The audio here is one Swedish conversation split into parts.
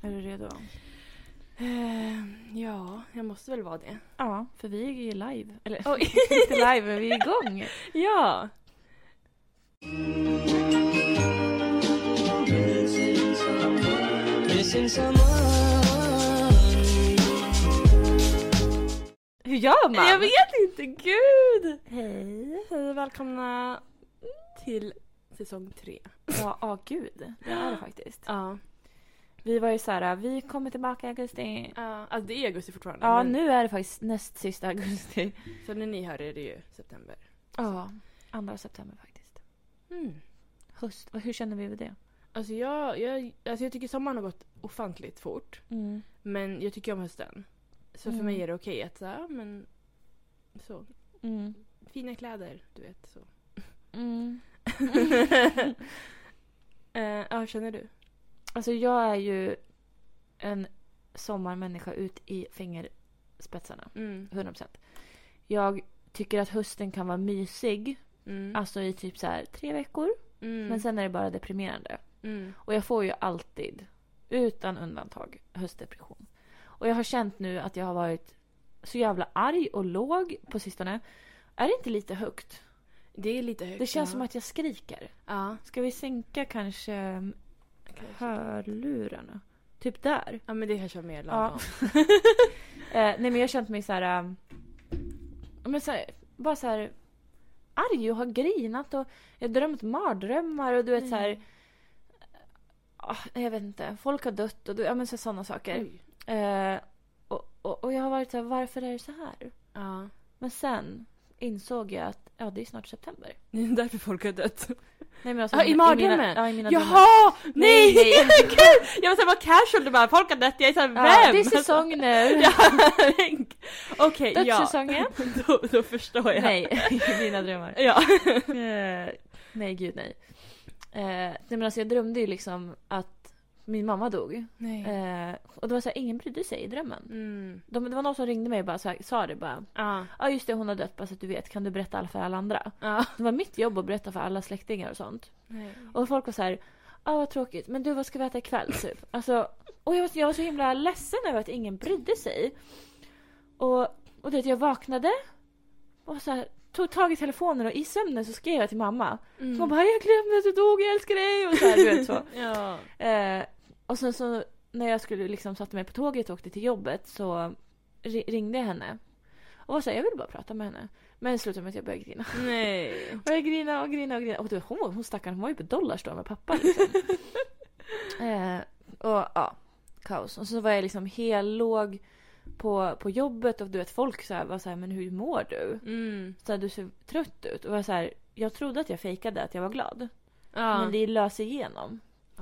Är du redo? Ja, jag måste väl vara det. Ja, för vi är ju live. Eller Oj. inte live, men vi är igång. Ja. Hur gör man? Jag vet inte, gud! Hej. Hej, välkomna till säsong 3. Ja, gud. Det är det faktiskt. Ja. Vi var ju såhär, vi kommer tillbaka i augusti. Ja, alltså det är augusti fortfarande. Ja, men- nu är det faktiskt näst sista augusti. Så när ni hör det är det ju september. Ja, 2 september faktiskt. Höst. Hur känner vi över det? Alltså jag tycker sommaren har gått ofantligt fort. Men jag tycker om hösten. Så för mig är det okej att så, men så. Fina kläder, du vet så. Ja, känner du? Alltså jag är ju en sommarmänniska ut i fingerspetsarna. 100%. Jag tycker att hösten kan vara mysig. Alltså i typ så här 3 veckor. Men sen är det bara deprimerande. Och jag får ju alltid, utan undantag, höstdepression. Och jag har känt nu att jag har varit så jävla arg och låg på sistone. Är det inte lite högt? Det är lite högt. Det känns som att jag skriker. Ja. Ska vi sänka kanske hörlurarna? Typ där. Ja, men det kanske var mer lagom. Nej, men jag har känt mig så här... men så här, bara så här arg och har grinat och jag har drömt mardrömmar och du vet så här... jag vet inte. Folk har dött och ja, men så sådana saker. Och jag har varit så här, varför är det så här? Ja. Men sen insåg jag att det är snart september. Det är därför folk har dött. Nej, men alltså, I mardrömmen? I mina drömmar. Jaha! Nej! Nej. Jag var såhär, vad casual du bara, folk har dött, jag är såhär, vem? Ja, det är säsong nu. Okej, ja. Dödssäsongen. Då förstår jag. Nej, i mina drömmar. Ja. Nej, gud nej. Nej, men alltså jag drömde ju liksom att min mamma dog. Nej. Och det var så här, ingen brydde sig i drömmen. Det var någon som ringde mig och bara så här, sa det bara. Ja, just det, hon har dött, bara så att du vet. Kan du berätta för alla andra? Det var mitt jobb att berätta för alla släktingar och sånt. Nej. Och folk var så här, vad tråkigt. Men du, vad ska vi äta ikväll? Typ. Alltså, och jag var så himla ledsen över att ingen brydde sig. Och du vet, jag vaknade och så här, tog tag i telefonen och i sömnen så skrev jag till mamma. Så hon bara, jag glömde att du dog, jag älskar dig. Och så här, du vet så. Ja. Och sen så när jag skulle liksom satte mig på tåget och åkte till jobbet så ringde jag henne. Och var så här, jag ville bara prata med henne. Men det slutade med att jag började grina. Nej. Och jag grina. Och du vet, hon stackaren, hon var ju på Dollarstore med pappa liksom. Och ja, kaos. Och så var jag liksom helt låg på jobbet och du vet, folk så här, var så här, men hur mår du? Så här, du ser trött ut. Och var så här, jag trodde att jag fejkade att jag var glad. Men det löser igenom.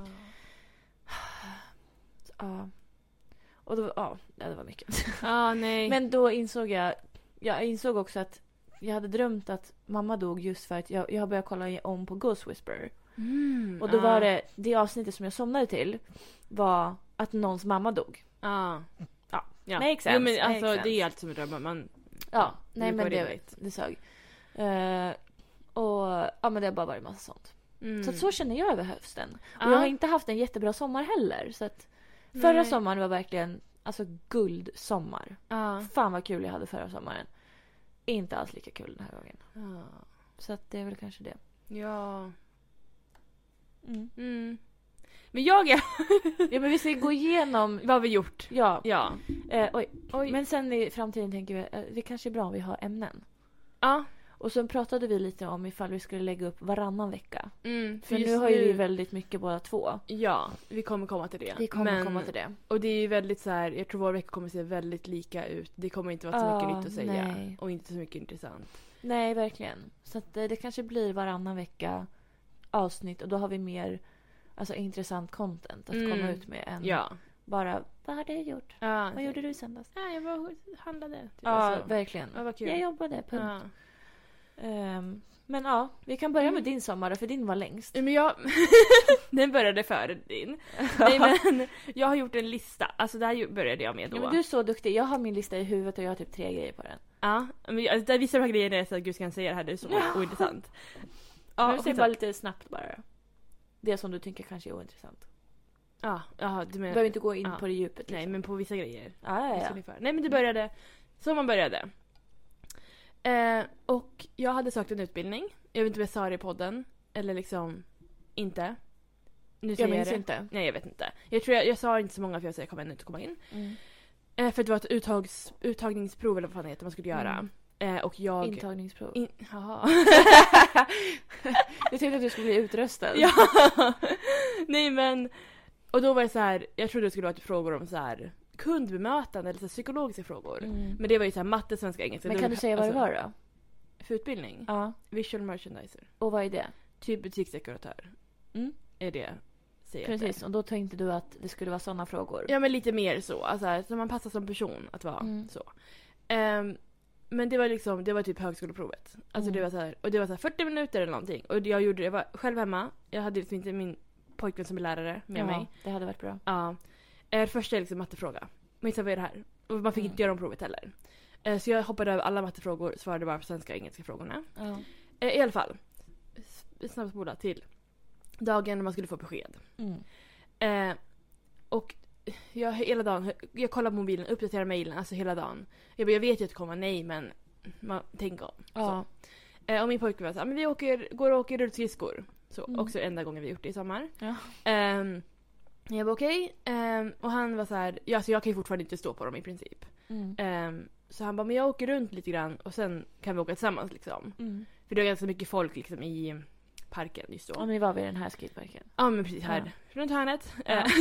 Ja. Och då, det var mycket. Nej. Men då insåg jag insåg också att jag hade drömt att mamma dog just för att jag började kolla om på Ghost Whisperer. Och då var det avsnittet som jag somnade till var att någons mamma dog. Ja. Makes sense. Jo, men alltså Makes det är sense. allt som är drömmar. Nej, men det sög. Men det har bara varit massa sånt. Så känner jag över hösten. Och jag har inte haft en jättebra sommar heller. Så att förra sommaren var verkligen alltså guldsommar. Fan vad kul jag hade förra sommaren. Inte alls lika kul den här gången. Så att det är väl kanske det. Ja. Men jag är... Ja, men vi ska gå igenom vad har vi gjort? Ja. Oj. Men sen i framtiden tänker vi det kanske är bra om vi har ämnen. Ja. Och så pratade vi lite om ifall vi skulle lägga upp varannan vecka. För nu har ju vi väldigt mycket båda två. Ja, vi kommer komma till det. Vi kommer komma till det. Och det är ju väldigt så här, jag tror vår vecka kommer se väldigt lika ut. Det kommer inte vara så mycket nytt att säga. Nej. Och inte så mycket intressant. Nej, verkligen. Så att det kanske blir varannan vecka avsnitt. Och då har vi mer alltså, intressant content att komma ut med än bara, vad har du gjort? Vad gjorde du i söndags? Jag var och handlade. Typ Ja, verkligen. Vad kul. Jag jobbade, punkt. Men vi kan börja med din sommar, för din var längst. Men den började före din. Nej, men jag har gjort en lista. Alltså där började jag med då. Ja, men du är så duktig. Jag har min lista i huvudet och jag har typ 3 grejer på den. Ja, men där vissa av grejerna är så att Gud ska säga det här, det är så ointressant. Men vi säger bara lite snabbt bara. Det som du tycker kanske är ointressant. Ja, du menar... behöver inte gå in på det djupet. Liksom. Nej, men på vissa grejer. Ja. Nej, men det började så man började. Och jag hade sökt en utbildning. Jag vet inte om jag sa det i podden. Eller liksom inte. Nu jag minns inte. Nej, jag vet inte. Jag sa inte så många för jag kommer ännu inte komma in. För det var ett uttagningsprov eller vad fan det heter man skulle göra. Och jag... Intagningsprov. Jaha. Jag tänkte att du skulle bli utröstad. Ja. Nej, men... Och då var det så här... Jag trodde det skulle vara frågor om så här... kundbemötande eller så här, psykologiska frågor. Men det var ju så här matte, svenska, engelska. Men kan du säga vad det var då? För utbildning? Ja. Visual merchandiser. Och vad är det? Typ butiksdekoratör. Är det. Precis, och då tänkte du att det skulle vara sådana frågor. Ja, men lite mer så. Alltså, så man passar som person att vara så. Men det var liksom, det var typ högskoleprovet. Alltså det var så här, och det var så här 40 minuter eller någonting. Och jag var själv hemma. Jag hade liksom inte min pojkvän som är lärare med mig. Det hade varit bra. Ja. Första är liksom mattefråga. Men så vad är det här? Och man fick inte göra om provet heller. Så jag hoppade över alla mattefrågor, svarade bara på svenska och engelska frågorna. I alla fall. Snabbspola till dagen när man skulle få besked. Och jag hela dagen, jag kollar på mobilen, uppdaterar mejlen, alltså hela dagen. Jag vet ju att det kommer nej, men man tänker om. Så. Och min pojke var så här, men vi går och åker rullskridskor. Så också enda gången vi gjort det i sommar. Ja. Jag var okej. Och han var så här, ja, så jag kan ju fortfarande inte stå på dem i princip. Så han bara, men jag åker runt lite grann och sen kan vi åka tillsammans liksom. För det är ganska mycket folk liksom i parken just då. Och ni var vid den här skateparken? Ja, men precis här. Runt hörnet.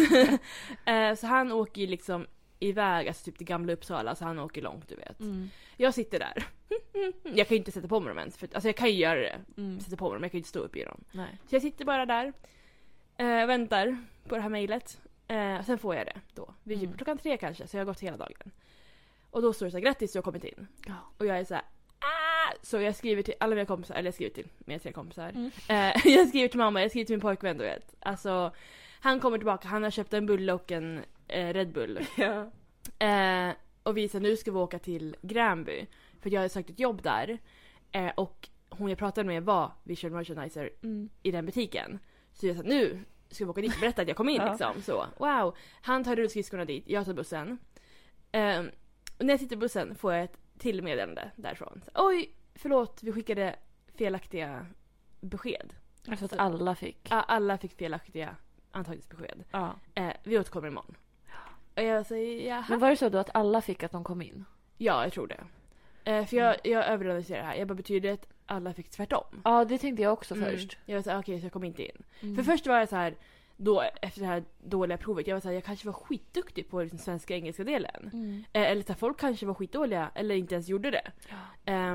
Så han åker ju liksom iväg, alltså typ till gamla Uppsala, så han åker långt, du vet. Jag sitter där. Jag kan ju inte sätta på mig dem ens. Alltså jag kan ju göra det. Sätta på mig dem, jag kan ju inte stå upp i dem. Nej. Så jag sitter bara där. Väntar på det här mejlet. Sen får jag det då. Vid typ klockan 3 kanske, så jag har gått hela dagen. Och då står det så här, grattis, du har kommit in. Ja. Och jag är så här, så jag skriver till alla mina kompisar, eller jag skriver till mina 3 kompisar. Jag skriver till mamma, jag skriver till min pojkvän, du vet. Alltså, han kommer tillbaka, han har köpt en bulle och en Red Bull. Ja. Och vi säger, nu ska vi åka till Gränby. För jag har sökt ett jobb där. Och hon jag pratade med var visual merchandiser i den butiken. Så jag sa, nu ska vi åka dit och berätta att jag kom in liksom. Så, wow. Han tar rullskridskorna dit, jag tar bussen. Och när jag sitter i bussen får jag ett till meddelande därifrån. Så, oj, förlåt, vi skickade felaktiga besked. Alltså att alla fick? Ja, alla fick felaktiga antagningsbesked. Ja. Vi återkommer imorgon. Och jag säger, jaha. Men var det så då att alla fick att de kom in? Ja, jag tror det. För jag överanalyserar det här. Jag bara, betyder det att alla fick tvärtom? Ja, det tänkte jag också först. Jag var såhär, okej, så jag kom inte in. För först var jag så här, då efter det här dåliga provet, jag var såhär, jag kanske var skitduktig på liksom svenska engelska delen. Eller så här, folk kanske var skitdåliga eller inte ens gjorde det. Ja.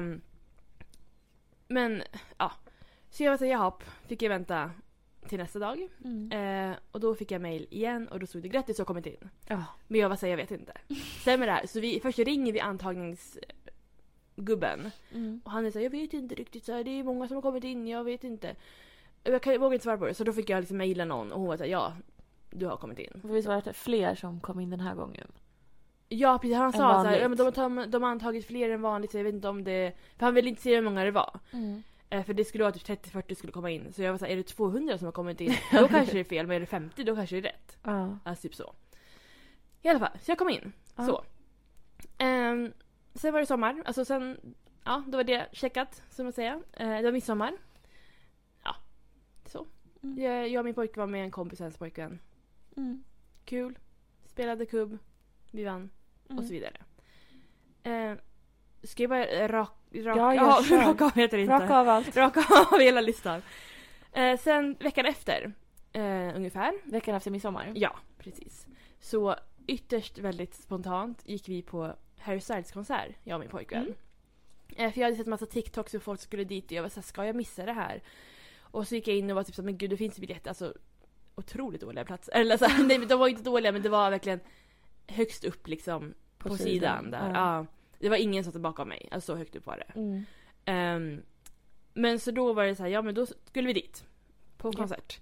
Men, ja. Så jag var såhär, jaha, fick jag vänta till nästa dag. Och då fick jag mejl igen och då stod det, grattis, så har kommit in. Ja. Men jag var såhär, jag vet inte. Stämmer det här? Så först ringer vi antagningsgubben. Och han är såhär, jag vet inte riktigt, så här, det är många som har kommit in, jag vet inte. Jag vågar inte svara på det. Så då fick jag liksom mejla någon och hon var såhär, ja, du har kommit in. Visst var det fler som kom in den här gången? Ja, precis. Han sa såhär, ja, men de har antagit fler än vanligt, så jag vet inte om det... För han ville inte se hur många det var. För det skulle vara typ 30-40 skulle komma in. Så jag var såhär, är det 200 som har kommit in? Då kanske det är fel, men är det 50 då kanske det är rätt. Alltså typ så. I alla fall, så jag kom in. Så. Sen var det sommar. Alltså sen, ja, då var det checkat, som man säger. Det var midsommar. Ja, så. Jag och min pojke var med en kompis, hans pojkvän. Kul. Spelade kubb. Vi vann. Och så vidare. Ska jag bara raka av heter det inte. Raka av allt. Raka av hela listan. Sen veckan efter ungefär. Veckan efter midsommar? Ja, precis. Så ytterst väldigt spontant gick vi på Harry Styles konsert, jag och min pojkvän. För jag hade sett massa TikToks och folk skulle dit och jag var såhär, ska jag missa det här? Och så gick jag in och var typ så, men gud, det finns biljetter. Alltså, otroligt dåliga platser. Eller så, nej, men de var inte dåliga, men det var verkligen högst upp liksom på sidan där. Ja. Det var ingen som satt bakom mig. Alltså så högt upp var det. Men så då var det så här, ja men då skulle vi dit. På konsert.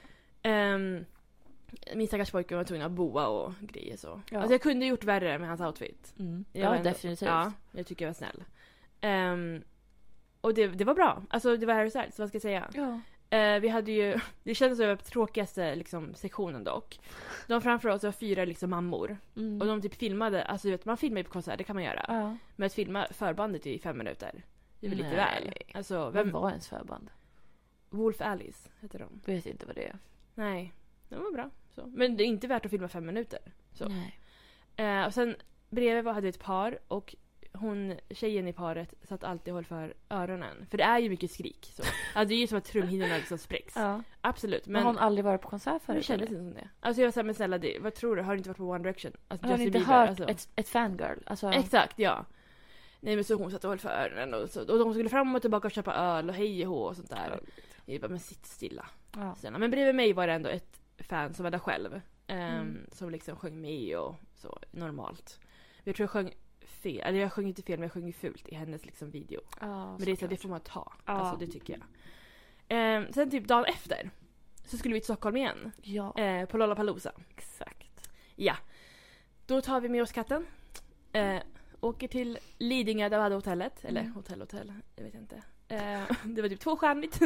Min stackars pojke var tvungen att boa och grejer så. Ja. Alltså jag kunde gjort värre med hans outfit. Ja, definitivt. Ja, jag tycker jag var snäll. Och det var bra. Alltså det var Harry Styles, vad ska jag säga? Ja. Vi hade ju, det kändes som den tråkigaste liksom, sektionen dock. De framför oss var 4 liksom, mammor. Och de typ filmade, alltså vet, man filmar ju på konsert, det kan man göra. Ja. Men att filma förbandet i 5 minuter, det är väl lite väl. Alltså, vem var ens förband? Wolf Alice heter de. Vet inte vad det är. Nej, de var bra. Så. Men det är inte värt att filma 5 minuter. Så. Nej. Och sen bredvid hade vi ett par och tjejen i paret satt alltid och höll för öronen. För det är ju mycket skrik. Så. Alltså, det är ju som att trumhinnorna liksom spräcks. Ja. Absolut. Men har hon aldrig varit på konsert förut? Det kändes inte som det. Alltså jag var såhär, men snälla, vad tror du? Har du inte varit på One Direction? Alltså, har ni inte hört ett fangirl? Alltså... Exakt, ja. Nej, men så hon satt och höll för öronen och de skulle fram och tillbaka och köpa öl och hej och hå och sånt där. Jag bara, men sitt stilla. Ja. Men bredvid mig var det ändå ett fan som var där själv. Som liksom sjöng med och så normalt. Jag tror jag sjöng fel. Eller jag sjöng inte fel, men jag sjöng fult i hennes liksom video. Men det är så det får man ta. Alltså det tycker jag. Sen typ dagen efter så skulle vi till Stockholm igen. Ja. På Lollapalooza. Exakt. Ja. Då tar vi med oss katten. Åker till Lidingö där vi hade hotellet. Eller hotell. Jag vet inte. Det var typ 2-stjärnigt.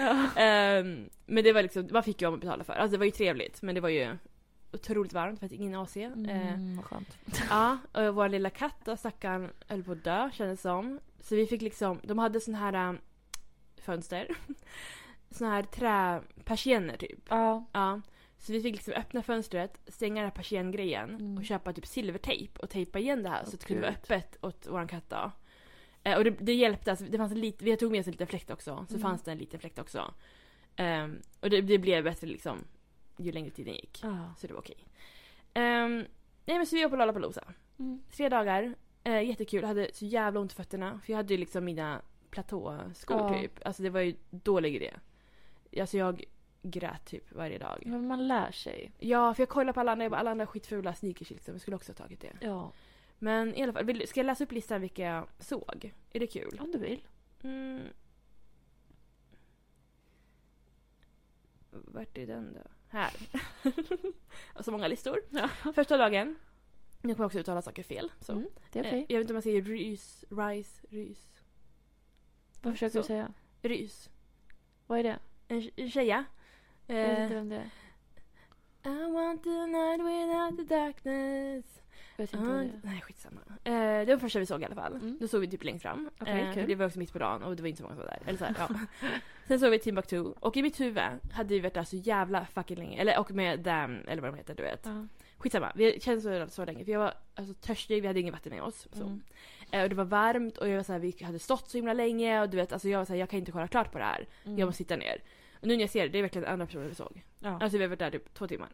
Men det var liksom, vad fick jag betala för? Alltså det var ju trevligt, men det var ju otroligt varmt för att ingen AC. Vad skönt. Ja, och vår lilla katt och stackaren höll på att dö, kändes som. Så vi fick liksom, de hade sån här fönster. Sån här träpersienner typ. Ja. Så vi fick liksom öppna fönstret, stänga den här persienngrejen och köpa typ silvertejp och tejpa igen det här så att det kunde vara öppet åt våran katt då. Och det hjälpte, alltså, det fanns vi tog med oss en liten fläkt också, så fanns det en liten fläkt också. Och det blev bättre liksom ju längre tiden gick. Så det var okej. Nej, men så vi var på Lollapalooza. 3 dagar, jättekul, jag hade så jävla ont i fötterna. För jag hade ju liksom mina platåskor typ. Alltså det var ju dålig idé. Alltså jag grät typ varje dag. Men man lär sig. Ja, för jag kollade på alla andra, alla andra skitfula sneakers liksom. Jag skulle också ha tagit det. Ja. Men i alla fall, ska jag läsa upp listan vilka jag såg? Är det kul? Om du vill. Vart är den då? Här. Och så många listor. Ja. Första dagen. Nu kommer jag också uttala saker fel. Så. Det är okej. Jag vet inte om man säger rys. Vad försöker du säga? Rys. Vad är det? En tjeja. Jag vet inte vem det är. I want the night without the darkness. Jag vet inte vad det är. Nej, skitsamma. Det var första vi såg i alla fall. Då såg vi typ längst fram. Okay, det var också mitt på dagen och det var inte så många som var där. Eller så här, ja. Sen såg vi Timbuktu. Och i mitt huvud hade vi varit där så jävla fucking länge. Eller, och med Damn, eller vad de heter, du vet. Skitsamma. Vi kände så länge. För jag var alltså, törstig, vi hade ingen vatten med oss. Så. Och det var varmt och jag var så här, vi hade stått så himla länge. Och du vet, alltså, jag var så här, jag kan inte kolla klart på det här. Jag måste sitta ner. Och nu när jag ser det är verkligen andra personer vi såg. Ja. Alltså vi har varit där typ 2 timmar.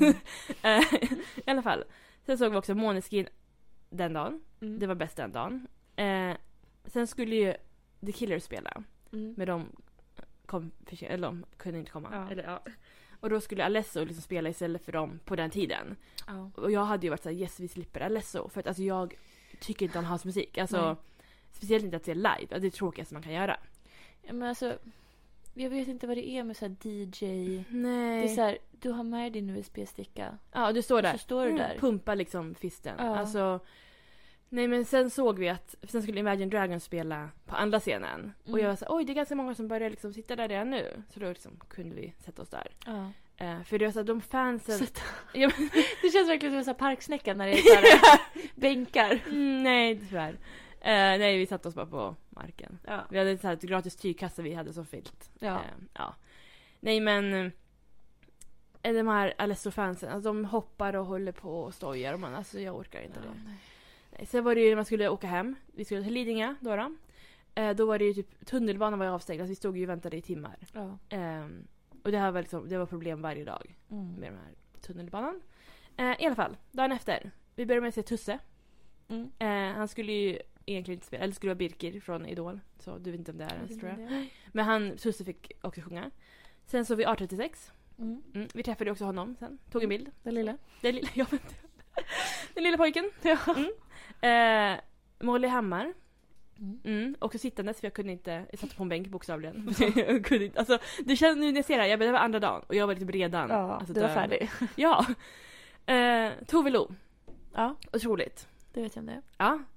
I alla fall. Sen såg vi också Måneskin den dagen. Det var bäst den dagen. Sen skulle ju The Killers spela. Men de kom för sent, eller de kunde inte komma. Ja. Eller, ja. Och då skulle Alesso liksom spela istället för dem på den tiden. Och jag hade ju varit så här, yes, vi slipper Alesso. För att alltså, jag tycker inte om hans musik. Alltså, speciellt inte att se live. Alltså, det är det tråkigaste man kan göra. Ja, men alltså, jag vet inte vad det är med så här DJ. Nej. Det är så här, du har med din USB-sticka. Ja, du står där. Så står du där. Pumpa liksom fisten. Ja. Alltså, nej, men sen såg vi att sen skulle Imagine Dragons spela på andra scenen. Och jag var så här, oj, det är ganska många som börjar liksom sitta där redan nu. Så då liksom kunde vi sätta oss där. Ja. För det var så här, de fansen... Det känns verkligen som en sån här parksnäcka när det är så här bänkar. Nej, tyvärr. Nej, vi satte oss bara på marken. Ja. Vi hade så här ett gratis tygkassa vi hade som filt. Ja. Nej, men de här Alesso-fansen, alltså, de hoppar och håller på och stojar. Och alltså, jag orkar inte det. Nej. Sen var det ju när man skulle åka hem. Vi skulle till Lidingö då. Då var det ju typ, tunnelbanan var ju avstängd. Alltså, vi stod ju och väntade i timmar. Ja. Och det här var liksom, det var problem varje dag med den här tunnelbanan. I alla fall, dagen efter. Vi började med att se Tusse. Han skulle ju egentligen inte spela, eller skulle vara Birkir från Idol. Så du vet inte om det är ens, tror jag. Men Tusse fick också sjunga. Sen så vi A36. Vi träffade också honom sen. Tog en bild. Den lilla, jag vet inte. Den lilla pojken. Ja. Molly Hammar. Också sittandes, för jag kunde inte, jag satt på en bänk bokstavligen. Jag kunde inte, alltså, det känns nu när jag ser det här, det var andra dagen och jag var lite redan. Ja, alltså, du var färdig. Ja. Tove Lo. Ja. Otroligt. Det vet jag om det. Ja.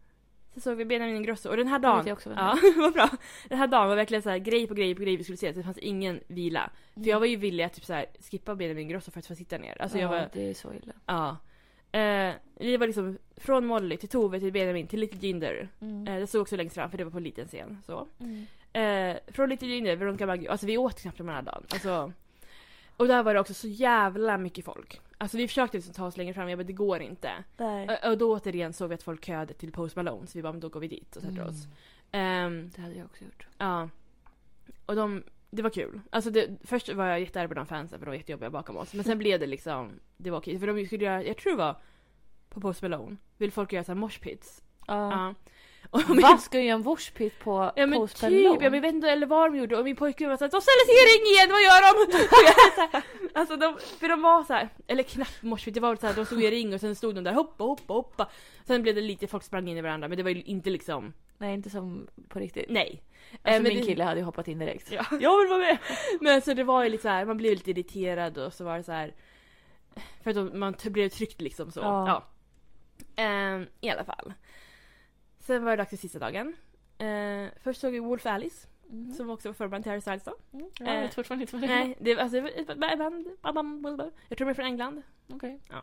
Så såg vi Benjamin Ingrosso. Och den här dagen... vad bra. Den här dagen var verkligen så här grej på grej vi skulle se. Så det fanns ingen vila. För jag var ju villig att typ så här skippa Benjamin Ingrosso för att få sitta ner. Alltså jag var... det är så illa. Ja. Det var liksom från Molly till Tove till Benjamin till Little Jinder. Det stod också längst fram för det var på en liten scen. Så. Från Little Jinder, Veronica Maggio. Alltså vi åt knappt den här dagen. Alltså... Och där var det också så jävla mycket folk. Alltså vi försökte liksom ta oss längre fram, men det går inte. Och då återigen såg vi att folk köade till Post Malone. Så vi bara, men då går vi dit och sätter oss. Det hade jag också gjort. Ja. Och det var kul. Alltså först var jag jättearg på de fansen för de var jättejobbiga bakom oss. Men sen blev det liksom, det var okej. För de skulle göra, jag tror det var på Post Malone. Vill folk göra så här moshpits. Ja. Vad ska jag göra en moshpit på Post Malone? Jag vet inte eller vad de gjorde. Och min pojke var såhär, de ställer sig i ring igen, vad gör de? Alltså de var så här, eller knappt moshpit, det var så här, de stod i ring och sen stod de där hoppa. Sen blev det lite, folk sprang in i varandra, men det var ju inte liksom... Nej, inte som på riktigt. Nej. Alltså min kille hade ju hoppat in direkt. Ja, jag vill vara med. Men så det var ju lite så här, man blev lite irriterad och så var det så här, för att man blev tryckt liksom så. Ja. I alla fall. Sen var det dags för sista dagen. Först såg vi Wolf Alice. Som också var förband till Harry Styles då. Jag vet fortfarande inte vad det är. Nej, det var alltså ett band. Jag tror de är från England. Okej. Ja.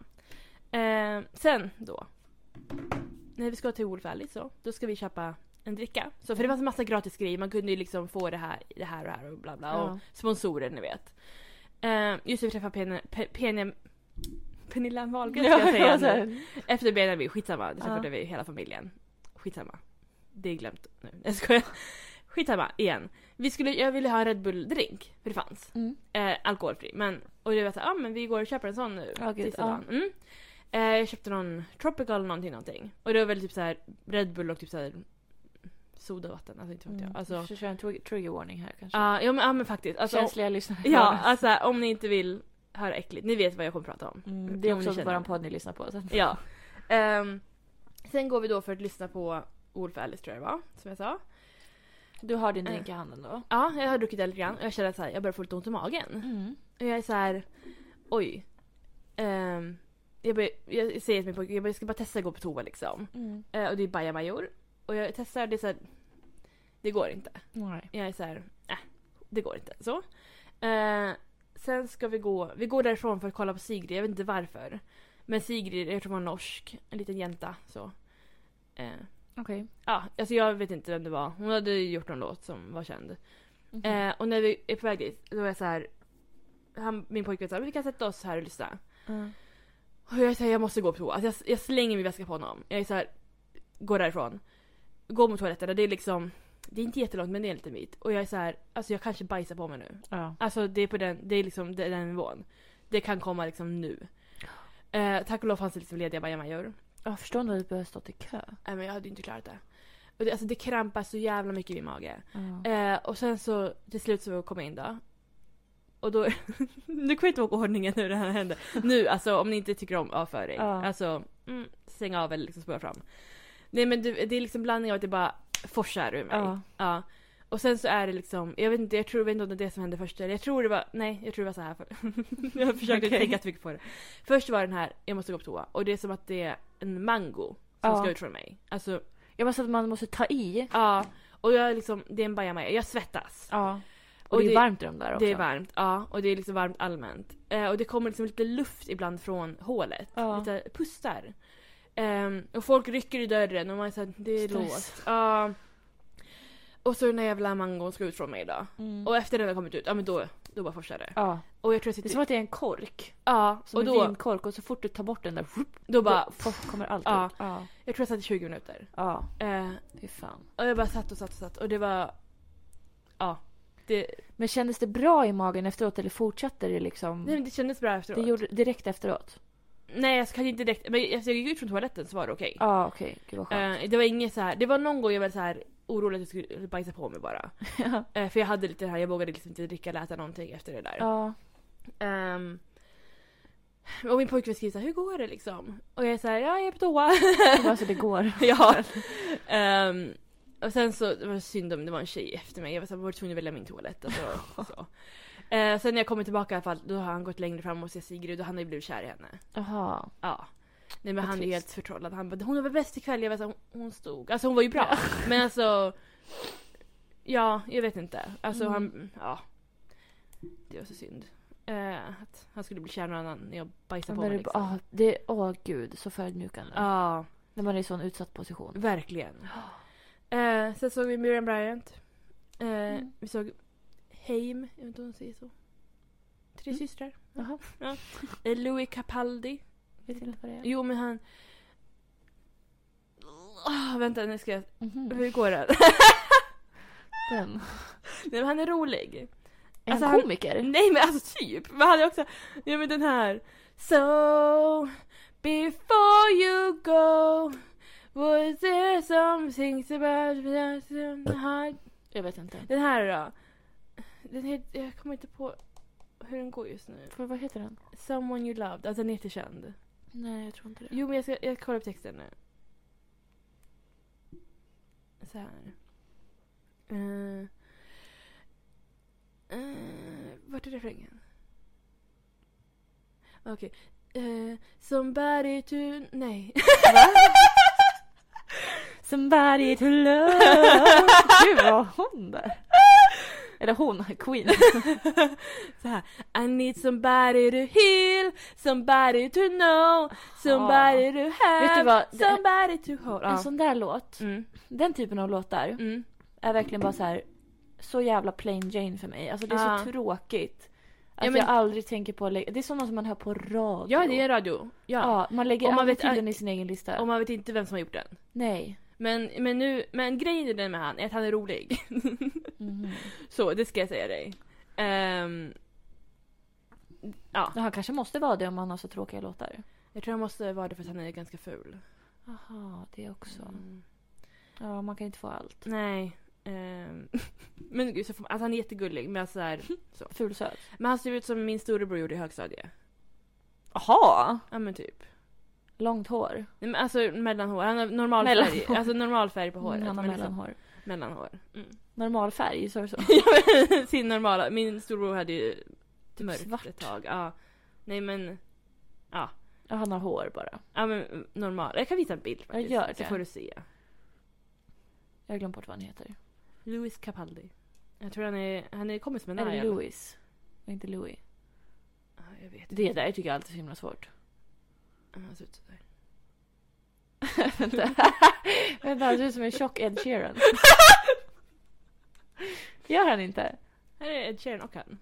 Sen då. När vi ska till Wolf Alice så, då ska vi köpa en dricka. Så för det var en massa gratis grejer. Man kunde ju liksom få det här och bla bla. Och sponsorer, ni vet. Just vi träffade Pernilla Wahlgren ska jag säga nu. Efter Benjamin, skitsamma. Det träffade vi hela familjen. Skitsamma. Det är glömt nu. Jag skojar. Skitsamma, igen. Jag ville ha en Red Bull-drink. För det fanns. Alkoholfri. Och det var så här, men vi går och köper en sån nu. Sista dagen. Jag köpte någon Tropical någonting. Och det var väl typ så här Red Bull och typ så här sodavatten. Alltså inte vet jag. Alltså, så kör en trigger warning här kanske. Ja men faktiskt. Alltså, känsliga lyssnare. Ja, alltså om ni inte vill höra äckligt. Ni vet vad jag kommer prata om. Det är också våran podd ni lyssnar på. Så. Ja. Sen går vi då för att lyssna på Wolf Alice tror jag det var, som jag sa. Du har din drink i handen då? Ja, jag har druckit lite grann och jag känner att jag börjar få lite ont i magen. Och jag är så här, oj. Jag säger till min pojke, jag ska bara testa att gå på toa liksom. Och det är bajamajor. Och jag testar, det är så här, det går inte. Nej. Jag är så här, det går inte. Så. Sen ska vi går därifrån för att kolla på Sigrid, jag vet inte varför. Men Sigrid, jag tror hon var norsk, en liten jänta så. Okej. Ja, alltså jag vet inte vem det var. Hon hade gjort någon låt som var känd. Och när vi är på väg dit, då är jag så här, min pojke sa, vi kan sätta oss här och lyssna. Och jag säger, jag måste gå på toa. Alltså jag slänger min väska på honom. Jag är så här, går därifrån. Går mot toaletten, det är liksom, det är inte jättelångt men det är lite bit. Och jag är så här, alltså jag kanske bajsar på mig nu. Alltså det är på den, det är liksom den nivån. Det kan komma liksom nu. Tack och lov fanns det liksom lediga bajamajor. Jag förstår inte att du behöver stått i kö. Nej, men jag hade inte klarat det. Och det krampar så jävla mycket i min mage. Och sen så till slut så kom jag in då. Och då nu kan jag inte ihåg ordningen hur det här hände. Nu, alltså om ni inte tycker om avföring. Alltså, stäng av eller liksom spola fram. Nej, men det är liksom blandning av att det bara forsar ur mig. Ja. Och sen så är det liksom, jag vet inte om det är det som hände först. Jag tror det var så här. Jag försökte tänka mycket på det. Först var den här, jag måste gå på toa. Och det är som att det är en mango som ska ut från mig. Alltså, jag måste att man måste ta i. Ja, och jag liksom, det är en bajamaja. Jag svettas. Ja. Och det är varmt i dem där också. Det är varmt, ja. Och det är liksom varmt allmänt. Och det kommer liksom lite luft ibland från hålet. Lite pustar. Och folk rycker i dörren och man är såhär, det är låst. Ja. Och så den här jävla mangon ska ut från mig då. Och efter den har kommit ut, ja men då bara forsar det. Ja. Och jag tror att det är som att det är en kork. Ja. Som och en vinkork. Och så fort du tar bort den där, då bara kommer allt ut. Ja. Jag tror att jag satt i 20 minuter. Ja. Fy fan. Och jag bara satt. Och det var... Ja. Men kändes det bra i magen efteråt eller fortsatte det liksom? Nej, men det kändes bra efteråt. Det gjorde direkt efteråt? Nej, jag kan inte direkt. Men efter jag gick ut från toaletten så var det okej. Ja, okej. Gud vad skönt. Det var inget så här. Det var någon gång jag var så här orolig att jag skulle bajsa på mig bara. För jag hade lite det här, jag vågade liksom inte dricka eller äta någonting efter det där. Ja. Och min pojke skriver så här, hur går det liksom? Och jag är så här, ja, jag är på toa. Alltså det går. Ja. Och sen så det var synd om det var en tjej efter mig. Jag var tvungen att välja min toalett. Alltså, så. Sen när jag kommer tillbaka i alla fall, då har han gått längre fram och ser Sigrid och han har ju blivit kär i henne. Jaha. Ja. Nej, men han är helt förtrollad. Han bara, hon var bäst ikväll. Jag vet att hon stod. Alltså hon var ju bra. Men alltså, ja, jag vet inte. Alltså han, ja. Det var så synd. Att han skulle bli kär någon annan när jag bajsade på mig. Liksom. Gud, så förödmjukande. Ja. När man är i sån utsatt position. Verkligen. Sen såg vi Miriam Bryant. Vi såg Haim, jag vet inte om hon säger så. 3 systrar. Jaha. Ja. Louis Capaldi. Vet inte vad det är. Jo, men han... vänta, nu ska jag... Hur går det? Den. Nej, men han är rolig. Är alltså, han komiker? Nej, men alltså typ. Men han är också... Ja, men den här... So, before you go, was there something about the heart? Jag vet inte. Den här då. Jag kommer inte på hur den går just nu. Vad heter den? Someone You Loved. Alltså den är jättekänd. Nej, jag tror inte det. Jo, men jag kollar upp texten nu. Så här. Vart är refrängen? Okej. Somebody to... Nej. Somebody to love. Gud, vad hon där. Eller hon, Queen. Så här. I need somebody to heal, somebody to know, somebody to have, vet du vad? somebody to hold. En sån där låt, den typen av låtar är verkligen bara så här, så jävla plain Jane för mig. Alltså det är så tråkigt. Att jag aldrig tänker på... Det är sådana som man hör på radio. Ja, det är radio. Ja, man lägger aldrig till den i sin egen lista. Och man vet inte vem som har gjort den. Nej. Men grejen är den med han är att han är rolig. Så, det ska jag säga dig. Ja. Han kanske måste vara det om han har så tråkiga låtar. Jag tror han måste vara det för att han är ganska ful. Aha, det också. Ja, man kan inte få allt. Nej. Men gud, alltså han är jättegullig. Men så här, så. Fulsöt. Men han ser ut som min storebror gjorde i högstadiet. Aha. Ja, men typ. Långt hår. Nej, men alltså mellanhår. Han har normal färg. Alltså normal färg på håret. Han har mellanhår. Mellanhår. Normal färg, så. Sin normala. Min storbror hade ju typ mörkt svart ett tag. Ja. Nej, men ja. Han har hår bara. Ja, men normal. Jag kan visa en bild faktiskt. Jag gör det. Så får du se. Jag har glömt bort vad han heter. Louis Capaldi. Jag tror han är kompis med Nile. Nile. Eller Louis. Och inte Louis. Ja, jag vet. Det där tycker jag alltid är så himla svårt. Han ser ut sådär. Vänta, han ser ut som en tjock Ed Sheeran. Gör han inte? Här är Ed Sheeran och han.